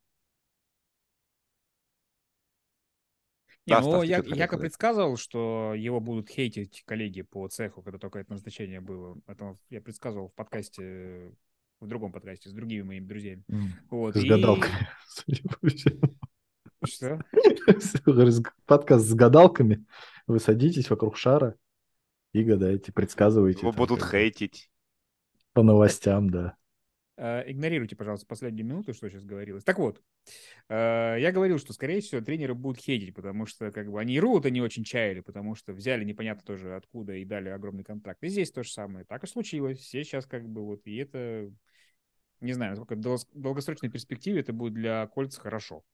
Не, Да, ну, Стас, ты я, что-то хотел я как сказать. предсказывал, что его будут хейтить коллеги по цеху, когда только это назначение было. Это я предсказывал в подкасте, в другом подкасте с другими моими друзьями. Вот, С и... гадалками. Судя по всему. Что? Подкаст с гадалками. Вы садитесь вокруг шара и гадаете, предсказываете Его там будут как бы хейтить. по новостям, да. Игнорируйте, пожалуйста, последнюю минуту, что сейчас говорилось. Так вот, я говорил, что, скорее всего, тренеры будут хейтить, потому что, как бы, они и ру они очень чаяли, потому что взяли непонятно тоже откуда и дали огромный контракт. И здесь то же самое. Так и случилось. Все сейчас, как бы, вот, и это, не знаю, насколько в долгосрочной перспективе это будет для Кольц хорошо.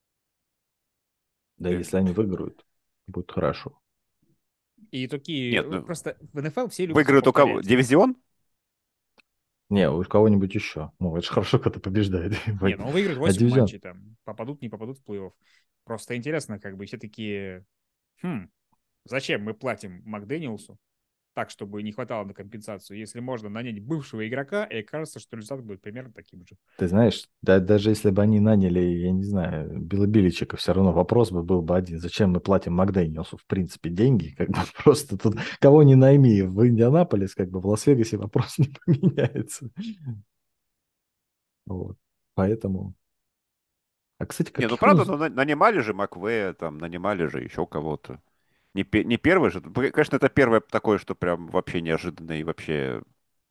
Да, если они выиграют, будет хорошо. И такие, Нет, ну, просто в НФЛ все любят все выиграют у кого? повторять. Дивизион? Не, у кого-нибудь еще. Ну, это же хорошо, когда побеждает. Не, ну выиграют А 8 дивизион? матчей, там, попадут, не попадут в плей-офф. Просто интересно, как бы, все такие, зачем мы платим Макдэниелсу так, чтобы не хватало на компенсацию, если можно нанять бывшего игрока, и кажется, что результат будет примерно таким же. Ты знаешь, даже если бы они наняли, я не знаю, Билла Биличика, все равно вопрос бы был бы один. Зачем мы платим Макдэниелсу, в принципе, деньги? Как бы просто тут кого не найми в Индианаполис, как бы в Лас-Вегасе вопрос не поменяется. Вот. Поэтому... А, кстати, Не, ну каких у правда, нас... ну, нанимали же Маквея, там, нанимали же еще кого-то. Не первый же. Конечно, это первое такое, что прям вообще неожиданное и вообще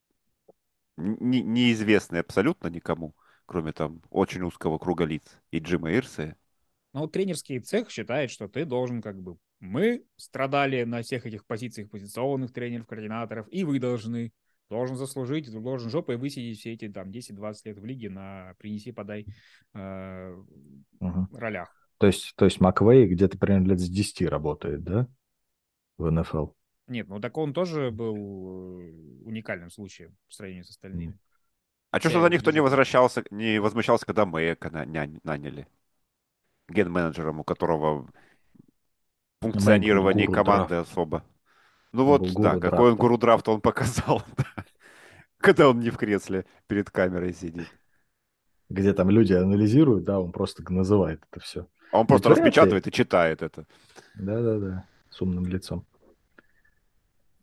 неизвестное абсолютно никому, кроме там очень узкого круга лиц и Джима Ирсы. Но вот тренерский цех считает, что ты должен как бы... Мы страдали на всех этих позициях позиционных тренеров, координаторов, и вы должен заслужить, ты должен жопой высидеть все эти там 10-20 лет в лиге на принеси-подай Мгм. ролях. То есть Маквей где-то примерно лет с 10 работает, да, в НФЛ? Нет, ну так он тоже был уникальным случаем в сравнении с М. остальными. А что ж тогда Все никто не бежали. возвращался, не возмущался, когда Мэка наняли? Ген-менеджером, у которого Мэг был функционирование гуру команды драфта. особо. Ну Он был вот, да, гуру какой он драфта. гуру драфта он показал, да, когда он не в кресле перед камерой сидит. Где там люди анализируют, да, он просто называет это все. А он Ведь просто вряд ли. распечатывает и читает это. Да-да-да, с умным лицом.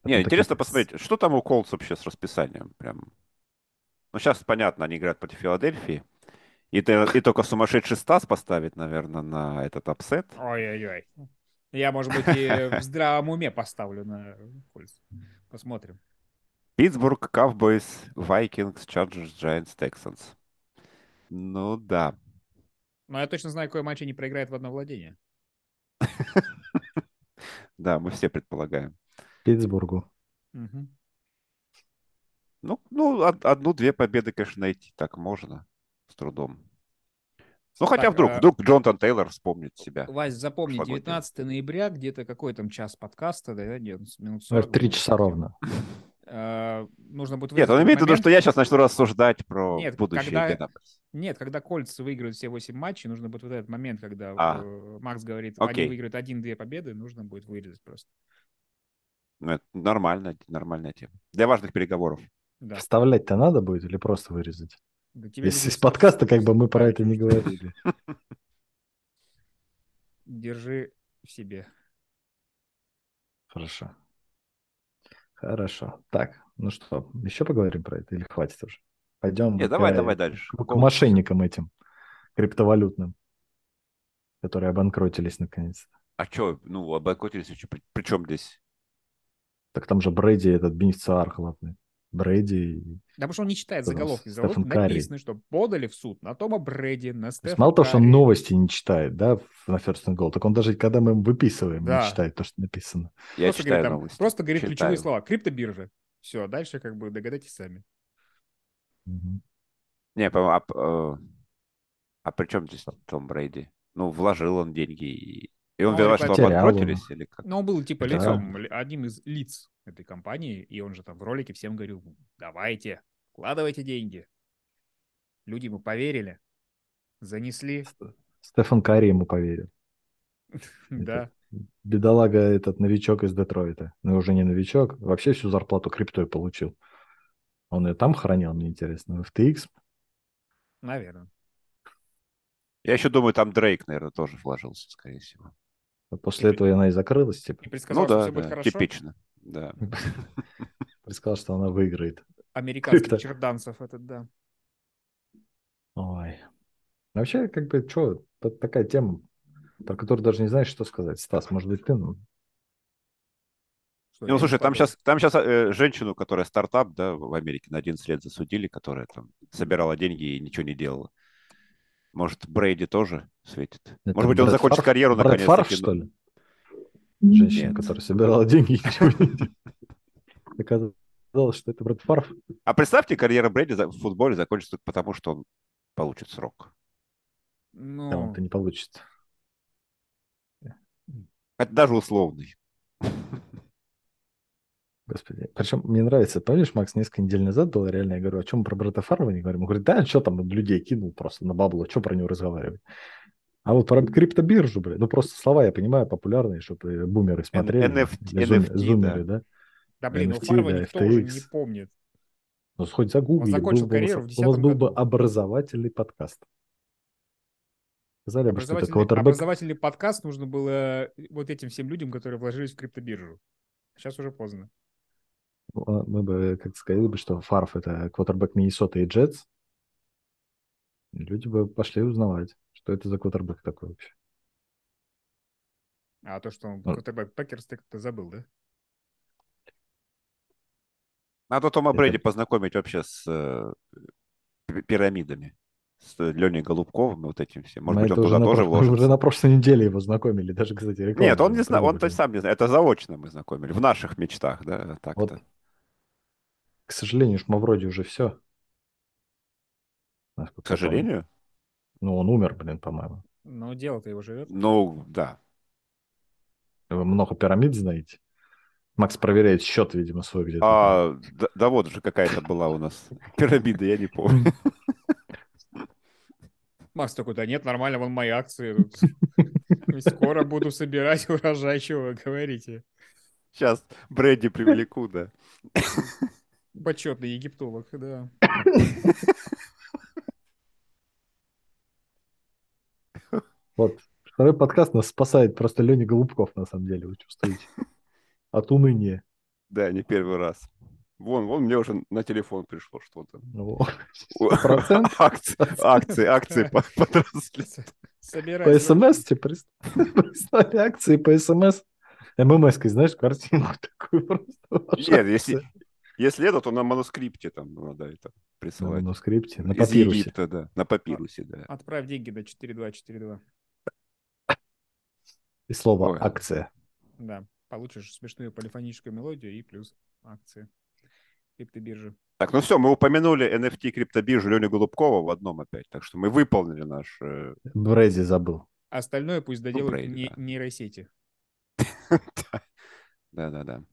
Не, Потом такие, интересно посмотреть, что там у Колдс вообще с расписанием. Прям. Ну, сейчас, понятно, они играют против Филадельфии. И только сумасшедший Стас поставит, наверное, на этот апсет. Ой-ой-ой. Я, может быть, и в здравом уме поставлю на Кольц. Посмотрим. Питтсбург, Ковбойс, Вайкингс, Чарджерс, Джайантс, Тексанс. Ну да. Но я точно знаю, какой матч они проиграют в одно владение. Да, мы все предполагаем. Питтсбургу. Мгм. Ну, одну-две победы, конечно, найти так можно. С трудом. Ну, хотя Так, вдруг Джонатан Тейлор вспомнит себя Вась, запомни, прошлогоднего. 19 ноября, где-то какой там час подкаста, да, нет, минут Это 40 3 должно быть часа выйти. ровно. Нужно будет Нет, вырезать он этот имеет в виду, момент. что я сейчас начну рассуждать про Нет, будущее когда, Индианаполиса. нет, когда Кольц выиграют все 8 матчей, нужно будет вот этот момент, когда А, Макс говорит, они окей. выиграют 1-2 победы, нужно будет вырезать просто. Ну, это нормальная тема. Для важных переговоров. Да. Вставлять-то надо будет или просто вырезать? Да тебе Из, люди из подкаста как бы мы про вставить это не нужно. говорили. Держи в себе. Хорошо. Хорошо. Так, ну что, еще поговорим про это или хватит уже? Пойдем Не, давай дальше. к мошенникам этим криптовалютным, которые обанкротились наконец-то. А что, ну, обанкротились, при чем здесь? Так там же Брэди, этот бенефициар главный. Брэди Да потому что он не читает кто там, заголовки. В Стефан заголовке Карри. написано, что подали в суд на Тома Брэди, на То есть Стефа мало того, что он Карри. новости не читает, да, на First and Goal, так он даже, когда мы им выписываем, не Да. читает то, что написано. Я Просто говорит читаю там, новости. просто говорит ключевые Читаю. слова. Криптобиржа. Все, дальше как бы догадайтесь сами. Мгм. Не, а при чем здесь Том Брейди? Ну, вложил он деньги, и он Но он виноват, что Потерял он. обанкротились, или как? Но он был типа Да. лицом, одним из лиц этой компании, и он же там в ролике всем говорил, давайте, вкладывайте деньги. Люди ему поверили, занесли, Стефан Карри ему поверил. Этот да. бедолага, этот новичок из Детройта. Ну, уже не новичок, вообще всю зарплату криптой получил. Он ее там хранил, мне интересно, в FTX. Наверное. Я еще думаю, там Дрейк, наверное, тоже вложился, скорее всего. А после этого она и закрылась, типа. И Ну предсказал, что да, все будет да, хорошо. типично. Да. Предсказал, что она выиграет. Американских Крипто. черданцев этот, да. Ой. Вообще, как бы, что, такая тема, про которую даже не знаешь, что сказать. Стас, может быть, ты, ну, Что, Ну, реально слушай, там вкладывать? сейчас женщину, которая стартап, да, в Америке на 11 лет засудили, которая там собирала деньги и ничего не делала. Может, Брейди тоже светит? это Может быть, он Брэд закончит Фарф? карьеру Брэд Фарф, наконец-таки? что ли? Женщина, Нет. которая собирала деньги и ничего не делала. Оказалось, что это Брэд Фарф. А представьте, карьера Брейди в футболе закончится только потому, что он получит срок. Да, он-то Ну, не получится. Это даже условный. Господи. Причем мне нравится, помнишь, Макс, несколько недель назад было реально, я говорю, о чем мы про Брэда Фарва не говорим? Он говорит, да, что там, он людей кинул просто на бабло, что про него разговаривать? А вот про криптобиржу, блин, ну просто слова, я понимаю, популярные, чтобы бумеры смотрели, NFT, или NFT, зумеры, да. да? да блин, у NFT, Фарва да, никто уже не FTX. помнит. Ну, хоть Он загугли, закончил карьеру в у нас 2010 был бы году. образовательный подкаст. Сказали бы, что это квотербек. Образовательный подкаст нужно было вот этим всем людям, которые вложились в криптобиржу. Сейчас уже поздно. Мы бы, как сказали бы, что Фарф это квотербек Миннесоты и Джетс. Люди бы пошли узнавать, что это за квотербек такой вообще. А то, что он Ну, квотербек Пекерс, ты как-то забыл, да? Надо Тома Брейди это познакомить вообще с пирамидами. С Леней Голубковым и вот этим всем. Может мы быть, он это уже туда тоже мы уже на вложится. прошлой неделе его знакомили. Даже, кстати, Нет, рекламу он ему не знает, он-то придумали. сам не знает. Это заочно мы знакомили. В наших мечтах, да, Вот, так-то. к сожалению, уж мы вроде уже все, К насколько я помню. сожалению. Ну, он умер, блин, по-моему. Но дело-то его живет. Ну, да. Вы много пирамид знаете? Макс проверяет счет, видимо, свой где-то там. Да вот же какая-то была у нас пирамида, я не помню. Макс такой, да нет, нормально, вон мои акции. Тут. Скоро буду собирать урожай, чего вы говорите. Сейчас Брэди привлеку, да. Почетный египтолог, да. Вот. Второй подкаст нас спасает просто Леня Голубков, на самом деле, вы чувствуете. От уныния. Да, не первый раз. Вон мне уже на телефон пришло что-то. Ну, 100%. Акции подросли. Собирай По СМС срочно. тебе прислали акции по СМС. ММС-кой, знаешь, картинку такую просто. Ваша Нет, акция. если это, то на манускрипте там надо это На присылать. манускрипте, на Из папирусе. Египта, да. На папирусе, да. Отправь деньги на 4242. И слово Ой, акция. Да, получишь смешную полифоническую мелодию и плюс акции криптобиржи. так, ну все, мы упомянули NFT криптобиржу Леню Голубкова в одном опять. Так что мы выполнили наш... Брэди забыл. Остальное пусть Ну, доделают Брейд, да. нейросети. Да-да-да.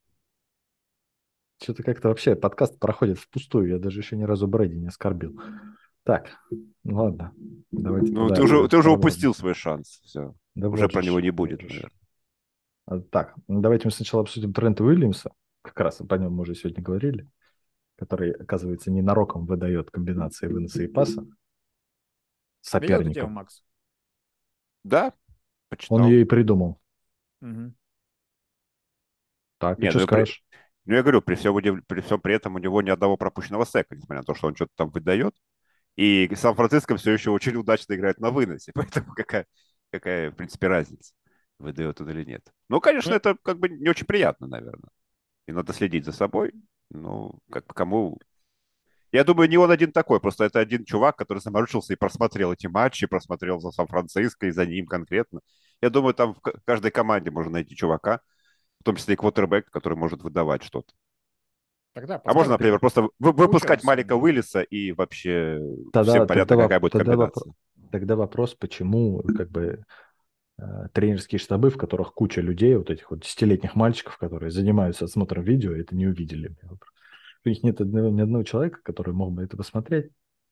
Что-то как-то вообще подкаст проходит впустую. Я даже еще ни разу Брэди не оскорбил. Так, ну ладно. Давайте Ну, тогда ты уже продолжим. упустил свой шанс. Все. Да Уже вот про же него ж, не вот будет, же ж. наверное. Так, ну давайте мы сначала обсудим Трента Уильямса. Как раз по нему мы уже сегодня говорили. Который, оказывается, ненароком выдает комбинации выноса и паса Видел эту тему, соперникам. Макс? Да, Он почитал. ее и придумал. Мгм. Так, и Не, что скажешь? ну, я говорю, при всем при этом у него ни одного пропущенного стека, несмотря на то, что он что-то там выдает. И Сан-Франциско все еще очень удачно играет на выносе. Поэтому какая, в принципе, разница, выдает он или нет. Ну, конечно, Ну, это как бы не очень приятно, наверное. И надо следить за собой. Ну, как кому... Я думаю, не он один такой, просто это один чувак, который заморочился и просмотрел эти матчи, просмотрел за Сан-Франциско и за ним конкретно. Я думаю, там в каждой команде можно найти чувака, в том числе и квотербек, который может выдавать что-то. тогда А можно, подсказывай, например, просто выпускать поучаствуем, Малика да. Уиллиса, и вообще Тогда, всем понятно, тогда, какая будет тогда, комбинация. тогда вопрос, почему как бы тренерские штабы, в которых куча людей, вот этих вот десятилетних мальчиков, которые занимаются отсмотром видео, это не увидели. У них нет ни одного человека, который мог бы это посмотреть.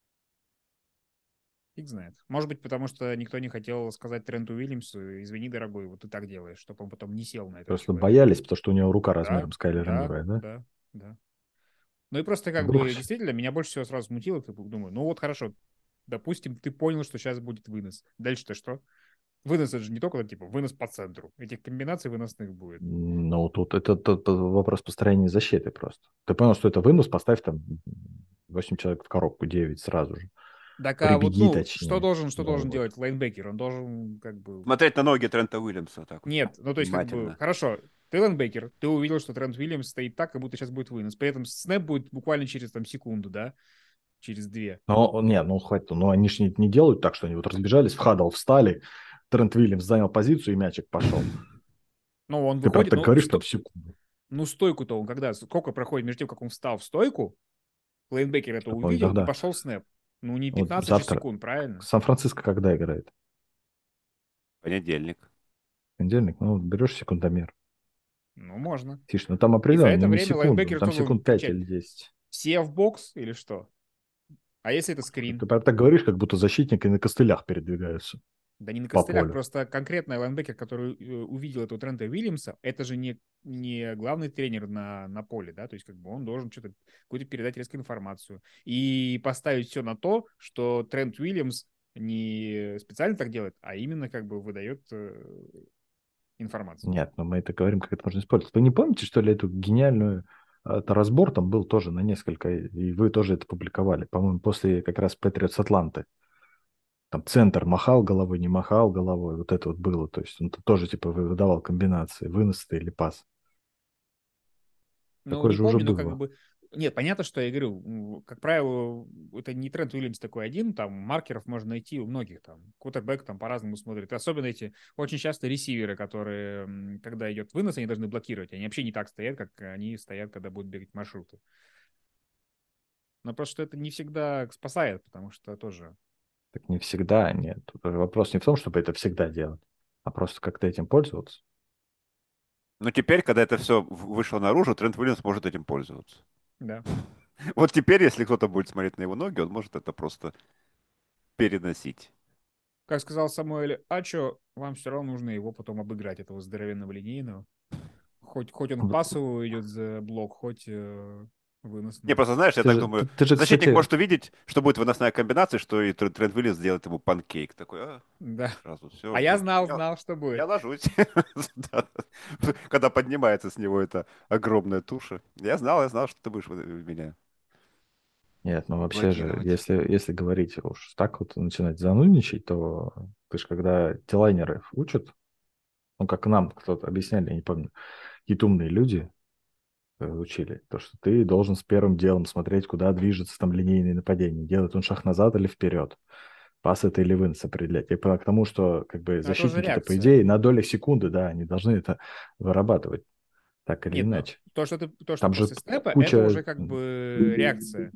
Фиг знает. Может быть, потому что никто не хотел сказать Тренту Уильямсу: извини, дорогой, вот ты так делаешь, чтобы он потом не сел на этого Просто человека. боялись, потому что у него рука Да, размером с Кайлера да, Мюррея, да? да, да. Ну и просто как Вдруг... бы действительно меня больше всего сразу смутило, типа, думаю, ну вот хорошо, допустим, ты понял, что сейчас будет вынос. Дальше-то что? Вынос это же не только типа вынос по центру. Этих комбинаций выносных будет. Ну, тут это вопрос построения защиты просто. Ты понял, что это вынос, поставь там 8 человек в коробку, 9 сразу же. Так, а вот, Прибеги ну, что точнее. должен, что Ну должен вот. делать лайнбекер? Он должен как бы... Смотреть на ноги Трента Уильямса так вот Нет, ну то есть как бы, внимательно. хорошо, ты лайнбекер, ты увидел, что Трент Уильямс стоит так, как будто сейчас будет вынос. При этом снэп будет буквально через там секунду, да? Через две. Но, не, ну хватит, ну они же не делают так, что они вот разбежались, в хадл встали, Трент Уильямс занял позицию и мячик пошел. Ну, он Ты прям выходит, так говоришь, там секунду. ну стойку-то он когда, сколько проходит между тем, как он встал в стойку, лайнбекер это Ой, увидел и тогда. пошел снэп. Ну, не Вот 15 же завтра. секунд, правильно? Сан-Франциско когда играет? Понедельник. Понедельник? Ну, вот берешь секундомер. Ну, можно. Тише, ну там И за определенно, это ну не время секунду, ну, лайнбекер там что должен секунд 5 кричать? или 10. Все в бокс или что? А если это Ты скрин? прям так говоришь, как будто защитники на костылях передвигаются Да не на по костылях, полю. просто конкретно лайнбекер, который увидел этого Трента Уильямса, это же не главный тренер на поле, да, то есть как бы он должен что-то, какую-то передать резкую информацию и поставить все на то, что Трент Уильямс не специально так делает, а именно как бы выдает информацию. Нет, но мы это говорим, как это можно использовать. Вы не помните, что ли, эту гениальную это разбор там был тоже на несколько, и вы тоже это публиковали, по-моему, после как раз Патриотс Атланты. Там центр махал головой, не махал головой, вот это вот было. То есть он тоже типа выдавал комбинации, вынос это или пас. Ну, Такое не же уже помню, но как было. бы... Нет, понятно, что я говорю. Как правило, это не Трент Уильямс такой один, там маркеров можно найти у многих, там, квотербек там по-разному смотрит. Особенно эти очень часто ресиверы, которые, когда идет вынос, они должны блокировать. Они вообще не так стоят, как они стоят, когда будут бегать маршруты. Но просто что это не всегда спасает, потому что тоже... Так не всегда, нет. Тут вопрос не в том, чтобы это всегда делать, а просто как-то этим пользоваться. Но теперь, когда это все вышло наружу, Трент Уильямс может этим пользоваться. Да. Вот теперь, если кто-то будет смотреть на его ноги, он может это просто переносить. Как сказал Самуэль Ачо, вам все равно нужно его потом обыграть, этого здоровенного линейного. Хоть он в В- пасовую идет за блок, хоть Не, просто знаешь, я Ты так же, думаю, ты же, защитник кстати, может увидеть, что будет выносная комбинация, что и Трент Уильямс сделает ему панкейк. Такой, Да. сразу все. А я знал, что Я будет. ложусь. Да. Когда поднимается с него эта огромная туша. Я знал, что ты будешь меня нет, ну вообще же, блокировать. если говорить уж так вот начинать занудничать, то ты же когда тилайнеров учат, ну как нам кто-то объясняли, я не помню, какие-то умные люди учили, то что ты должен с первым делом смотреть, куда движется там линейное нападение, делает он шаг назад или вперед, пас это или вынос определять. И к тому, что как бы Ну, это уже защитники-то по реакция. идее на доли секунды, да, они должны это вырабатывать так или Нет, ну, иначе. то, что Там же после снэпа, это куча... уже как бы реакция.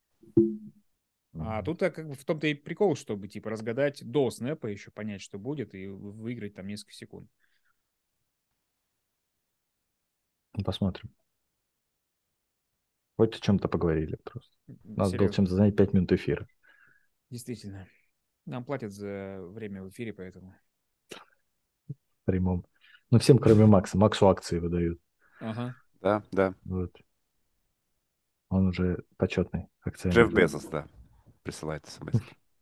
А тут как бы в том-то и прикол, чтобы типа разгадать до снэпа еще понять, что будет, и выиграть там несколько секунд. Посмотрим. Хоть о чем-то поговорили просто. Надо было Серьезно. чем-то занять 5 минут эфира. Действительно. Нам платят за время в эфире, поэтому. В прямом. Ну, всем, кроме Макса. Максу акции выдают. Ага. Да, да. Вот. Он уже почетный Джефф акционер. Безос, да, присылает смс.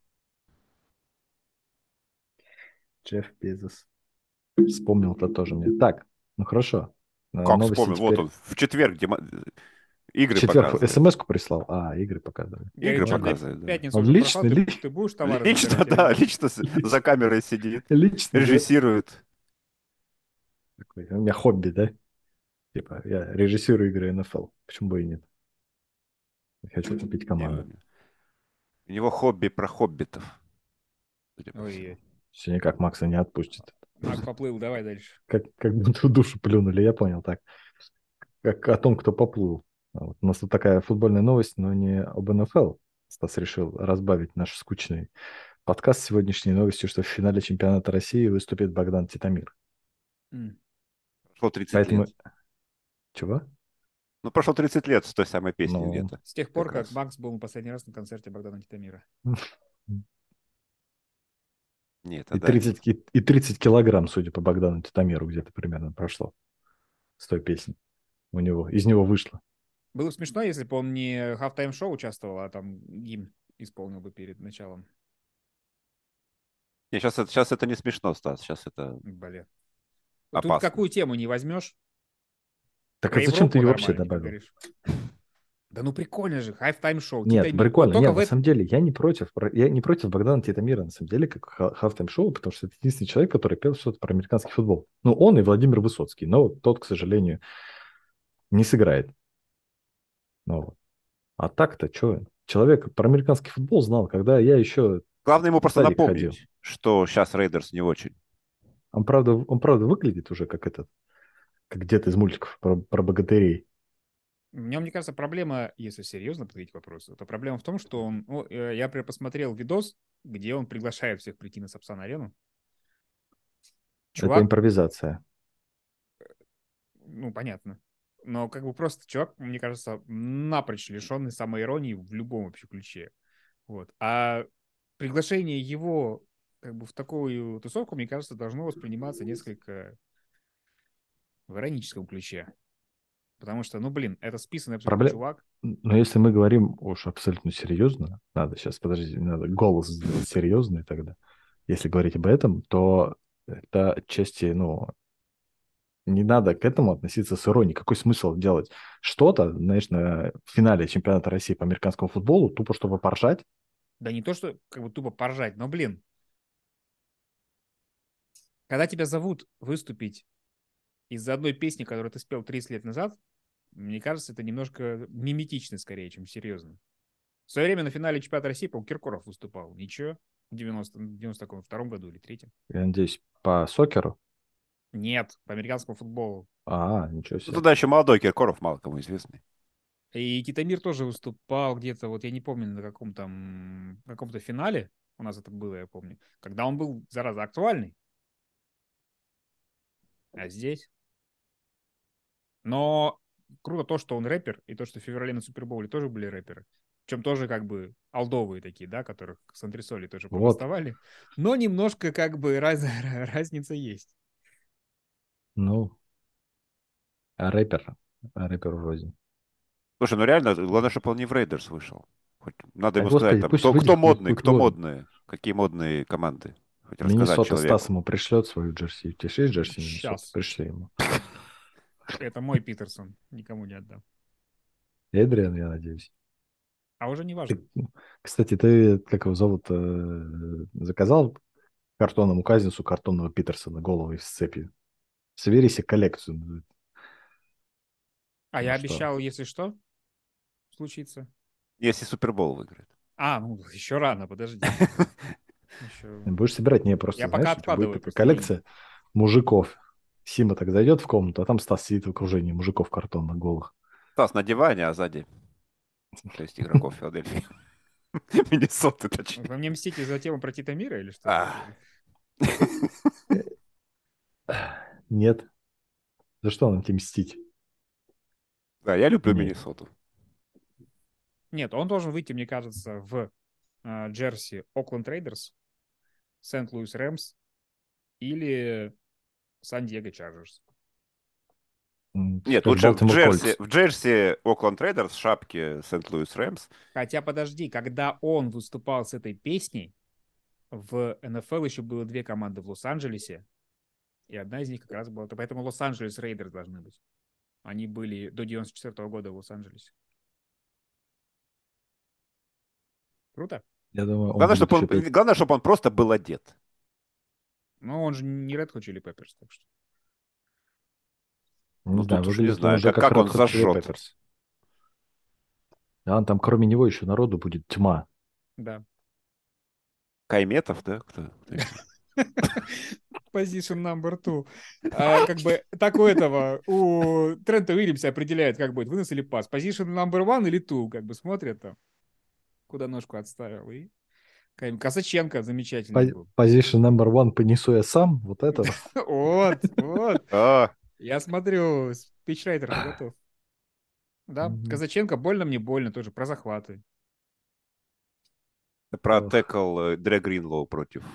Джефф Безос. Вспомнил-то тоже мне. Так, ну хорошо. Как Новости вспомнил? Вот теперь. он, в четверг В игры четверг показывает. смс-ку прислал. А, игры показывали. Говорит, Игры что показывает, в да. пятницу Он уже прошло, лично, ты будешь товары Лично, забирать или да, нет? лично за камерой сидит, лично, да? режиссирует. Такой, у меня хобби, да? Типа, я режиссирую игры НФЛ. Почему бы и нет? Хочу купить команду. У него хобби про хоббитов, судя по всему. Ой, Все никак Макса не отпустит. Макс поплыл, давай дальше. Как будто в душу плюнули, я понял так. Как о том, кто поплыл. Вот. У нас тут такая футбольная новость, но не об НФЛ. Стас решил разбавить наш скучный подкаст сегодняшней новостью, что в финале чемпионата России выступит Богдан Титамир. М. Прошло 30 лет. Поэтому... Чего? Ну, прошло 30 лет с той самой песни Ну... где-то. С тех пор, Как как раз. Макс был последний раз на концерте Богдана Титамира. Нет, И это дальше. 30, и 30 килограмм, судя по Богдану Титамиру, где-то примерно прошло с той песни. У него, из него вышло. Было бы смешно, если бы он не в halftime-шоу участвовал, а там гимн исполнил бы перед началом. Не, сейчас это не смешно, Стас. Сейчас это Блин. Тут опасно. какую тему не возьмешь? Так Про а зачем ты Европу ее вообще нормально не добавил? поговоришь. Да ну прикольно же, halftime-шоу, Нет, Титамир. Вот прикольно. только Нет, в на этом... самом деле, я не против Богдана Титамира, на самом деле, как halftime шоу, потому что это единственный человек, который пел что-то про американский футбол. Ну, он и Владимир Высоцкий, но тот, к сожалению, не сыграет. Ну, вот. А так-то что? Человек про американский футбол знал, когда я еще Главное ему в просто садик ходил. напомнить, что сейчас Рейдерс не очень. Он правда выглядит уже как этот, как дед из мультиков про богатырей. Мне кажется, проблема, если серьезно подходить к вопросу, то проблема в том, что он... Ну, я, например, посмотрел видос, где он приглашает всех прийти на Сапсан-арену. Это Чувак, импровизация. ну, понятно. Но как бы просто чувак, мне кажется, напрочь лишенный самоиронии в любом вообще ключе. Вот. А приглашение его как бы в такую тусовку, мне кажется, должно восприниматься несколько в ироническом ключе. Потому что, ну, блин, это списанный абсолютно Проблема. чувак. Но если мы говорим уж абсолютно серьезно, надо сейчас, подожди, надо голос сделать серьезный тогда. Если говорить об этом, то это отчасти, ну, не надо к этому относиться с иронией. Какой смысл делать что-то, знаешь, на финале чемпионата России по американскому футболу, тупо чтобы поржать? Да не то, что как бы тупо поржать, но, блин, когда тебя зовут выступить из-за одной песни, которую ты спел 30 лет назад, мне кажется, это немножко миметично скорее, чем серьезно. В свое время на финале чемпионата России, по Киркоров выступал. Ничего. В 92 году или третьем. Я надеюсь, по сокеру? Нет, по американскому футболу. Ничего Ну, себе. тогда еще молодой Киркоров, мало кому известный. И Титамир тоже выступал где-то, вот я не помню, на каком-то финале, у нас это было, я помню, когда он был, зараза, актуальный. А здесь? Но круто то, что он рэпер, и то, что в феврале на Супербоуле тоже были рэперы. Причем тоже как бы алдовые такие, да, которых с антресолей тоже Вот, подоставали. Но немножко как бы разница есть. ну, а рэпер вроде. Слушай, ну реально, главное, чтобы он не в Рейдерс вышел. Хоть надо Да, ему сказать, господи, там, пусть кто выйдет модный, хоть кто вон. модные, какие модные команды. Хоть рассказать Миннесота Стас человеку. ему пришлет свою джерси. У тебя же есть джерси Миннесоты? Сейчас. Пришли ему. Это мой Питерсон. Никому не отдам. Эдриан, я надеюсь. А уже не важно. Кстати, ты, как его зовут, заказал картонному казинцу картонного Питерсона головой с цепью? Собери себе коллекцию. А Ну я что? обещал, если что, случится. Если Супербол выиграет. Ну, еще рано, подожди. Еще... Будешь собирать? Не, просто, Я пока знаешь, у тебя будет откладываю такая просто деньги. коллекция мужиков. Сима так зайдет в комнату, а там Стас сидит в окружении мужиков картонных голых. Стас на диване, а сзади 6 игроков Филадельфии. Миннесоты, точнее. Вы мне мстите за тему про Титамира или что? А. Нет. За что нам тебе мстить? Да, я люблю Нет. Миннесоту. Нет, он должен выйти, мне кажется, в джерси Окленд Рейдерс, Сент-Луис Рэмс или Сан-Диего Чарджерс. Нет, Как лучше Балтимор Кольтс. в джерси Окленд Рейдерс, шапке Сент-Луис Рэмс. Хотя, подожди, когда он выступал с этой песней, в НФЛ еще было две команды в Лос-Анджелесе, и одна из них как раз была... Поэтому Лос-Анджелес Рейдерс должны быть. Они были до 94 года в Лос-Анджелесе. Круто? Я думаю, он Главное, будет еще петь. чтобы он просто был одет. Но он же не Red Hot Chili Peppers, так что... Не Ну, знаю, тут уж не выглядит он знаю, уже как как Red он Hot Chili зажжет. Peppers. А там кроме него еще народу будет тьма. Да. Кайметов, да? Кто еще? Position number two. Как бы так у этого, у Трента Уильямса определяет, как будет, вынос или пас. Position number one или two, как бы смотрят там, куда ножку отставил. И Косаченко замечательный был. Position number one понесу я сам, вот это вот. Вот. А, Я смотрю, спичрайтер готов. Да, Мгм. Казаченко, больно мне больно, тоже про захваты. про Ох. текл Дре Гринлоу против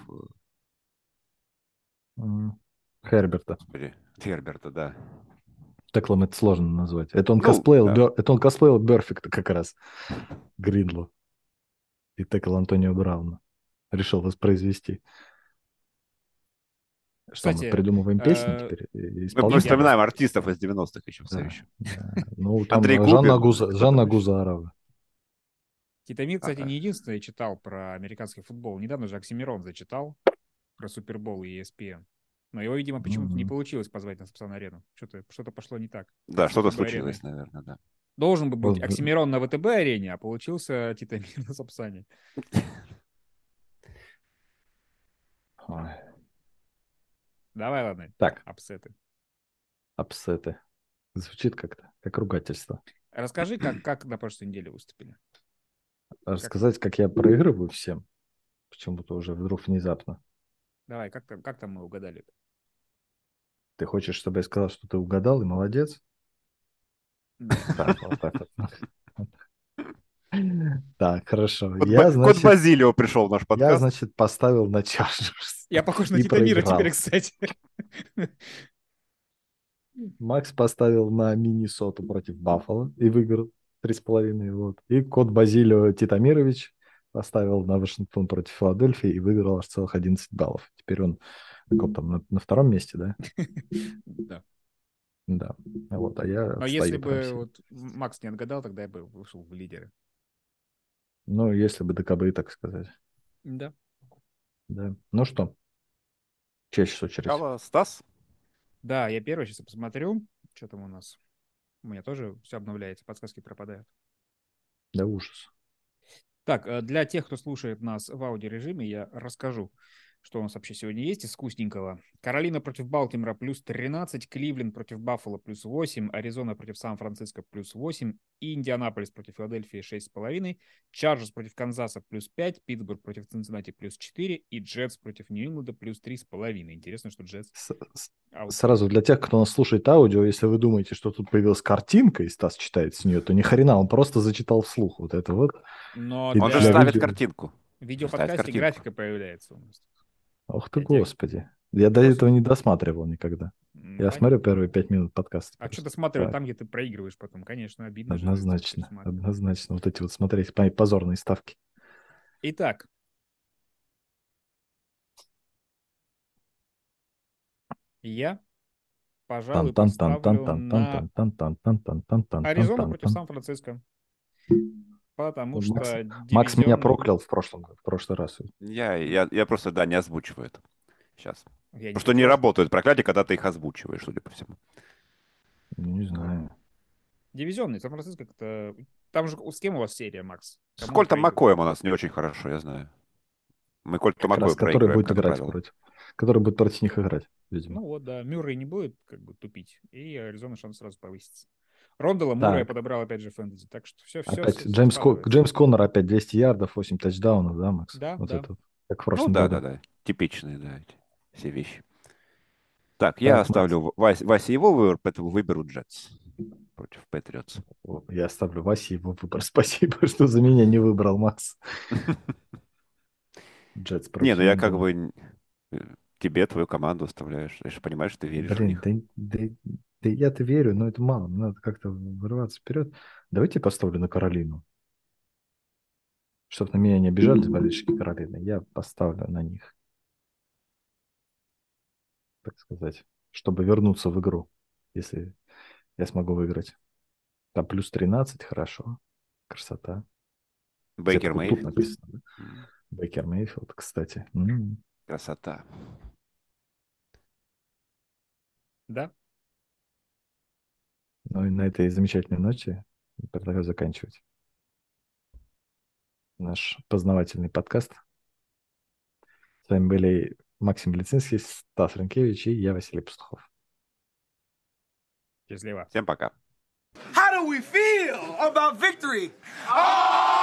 Херберта. господи, Герберта, да. Теклом это сложно назвать. Это он Ну, косплеил, да. это он косплеил Берфикта как раз. Гринло. И текл Антонио Брауна. Решил воспроизвести. Что, мы Кстати, придумываем песни теперь? Мы Исполнителей? вспоминаем артистов из 90-х еще все Да, еще. да. Ну, там Андрей Жанна, Губин, кто Жанна там еще? Гузарова. Титамир, кстати, Ага. не единственный читал про американский футбол. Недавно же Оксимирон зачитал про Супербол и ESPN. Но его, видимо, почему-то не получилось позвать на Сапсан-арену. Что-то пошло не так. Да, Как с что-то ВТБ-ареной. случилось, наверное, да. Должен бы быть Вот, Оксимирон на ВТБ-арене, а получился Титамир на Сапсане. ой, Давай, ладно. Так, Апсеты. апсеты. Звучит как-то, как ругательство. Расскажи, как на прошлой неделе выступили. Рассказать, как я проигрываю всем. Почему-то уже вдруг внезапно. Давай, как там мы угадали? Ты хочешь, чтобы я сказал, что ты угадал и молодец? Так, вот так вот. Так, хорошо. Кот Базилио пришел в наш Я, подкаст. значит, поставил на Чарджерс. Я похож на И Титамира проиграл. теперь, кстати. Макс поставил на Миннесоту против Баффало и выиграл 3,5. Вот. И кот Базилио Титамирович поставил на Вашингтон против Филадельфии и выиграл аж целых 11 баллов. Теперь он на втором месте, да? Да. Да. Вот, а я Но отстаю если прям бы сильно. вот Макс не отгадал, тогда я бы вышел в лидеры. Ну, если бы ДКБ, так сказать. Да. Да. Ну что? Чья сейчас очередь? Сначала Стас. Да, я первый сейчас посмотрю. Что там у нас? У меня тоже все обновляется, подсказки пропадают. Да ужас. Так, для тех, кто слушает нас в аудиорежиме, я расскажу, что у нас вообще сегодня есть из вкусненького. Каролина против Балтимора плюс 13, Кливленд против Баффало плюс 8, Аризона против Сан-Франциско плюс 8, и Индианаполис против Филадельфии 6,5, Чарджерс против Канзаса плюс 5, Питтсбург против Цинциннати плюс 4 и Джетс против Нью-Ингланда плюс 3,5. Интересно, что Джетс... Сразу для тех, кто нас слушает аудио, если вы думаете, что тут появилась картинка, и Стас читает с нее, то ни хрена, он просто зачитал вслух вот это вот. Но И Он же для ставит видео- картинку. в видеоподкасте графика появляется у нас. Ох ты, Для тех, господи. Я до После- этого не досматривал никогда. Я смотрю первые 5 минут подкаста. А что просто. досматривать Да, там, где ты проигрываешь потом? Конечно, обидно же однозначно. пересматривать. Однозначно. Вот эти вот смотреть позорные ставки. Итак, я, тан пожалуй, тан тан тан поставлю тан тан на тан тан тан тан тан тан тан тан Аризону тан против тан. Сан-Франциско, потому Макс, что Макс меня дивизионный... проклял в прошлый раз. Я просто, да, не озвучиваю это сейчас. Я не Потому что не хотел... работают проклятия, когда ты их озвучиваешь, судя по всему. Не знаю. Дивизионный, Сан-Франциско как-то... Там же с кем у вас серия, Макс? С Кому вы Кольтом проигрываете? Маккоем у нас не очень хорошо, я знаю. Мы Кольту Как раз Маккою который проигрываем, будет как играть правило. против. Который будет против них играть, видимо. Ну вот, да, Мюррей не будет как бы тупить, и Аризона шанс сразу повысится. Рондела Мура я Так, подобрал опять же фэнтези, так что все, все, опять все, складывается. Джеймс Коннор опять 200 ярдов, 8 тачдаунов, да, Макс? Да, Вот да. это вот, как в Ну прошлом да, году. да, да. Типичные, да, эти все вещи. Так, я Так, Макс, оставлю Васе его выбор, поэтому выберу Джетс против Патриотс. я оставлю Васе его выбор. Спасибо, что за меня не выбрал, Макс. Джетс Не, против ну я как Индиан. бы э, тебе твою команду оставляешь. Я же понимаю, что ты веришь в Блин, них. да я-то верю, но это мало. Мне надо как-то вырваться вперед. Давайте поставлю на Каролину. Чтобы на меня не обижались болельщики Каролины, я поставлю на них, так сказать, чтобы вернуться в игру, если я смогу выиграть. Там плюс 13, хорошо. Красота. Где-то Бейкер вот тут Мейфилд. написано. Да? Бейкер Мейфилд, кстати. Красота. Да, Ну и на этой замечательной ночи предлагаю заканчивать наш познавательный подкаст. С вами были Максим Лицинский, Стас Ренкевич и я, Василий Пастухов. счастливо. Всем пока. How do we feel about victory? Oh!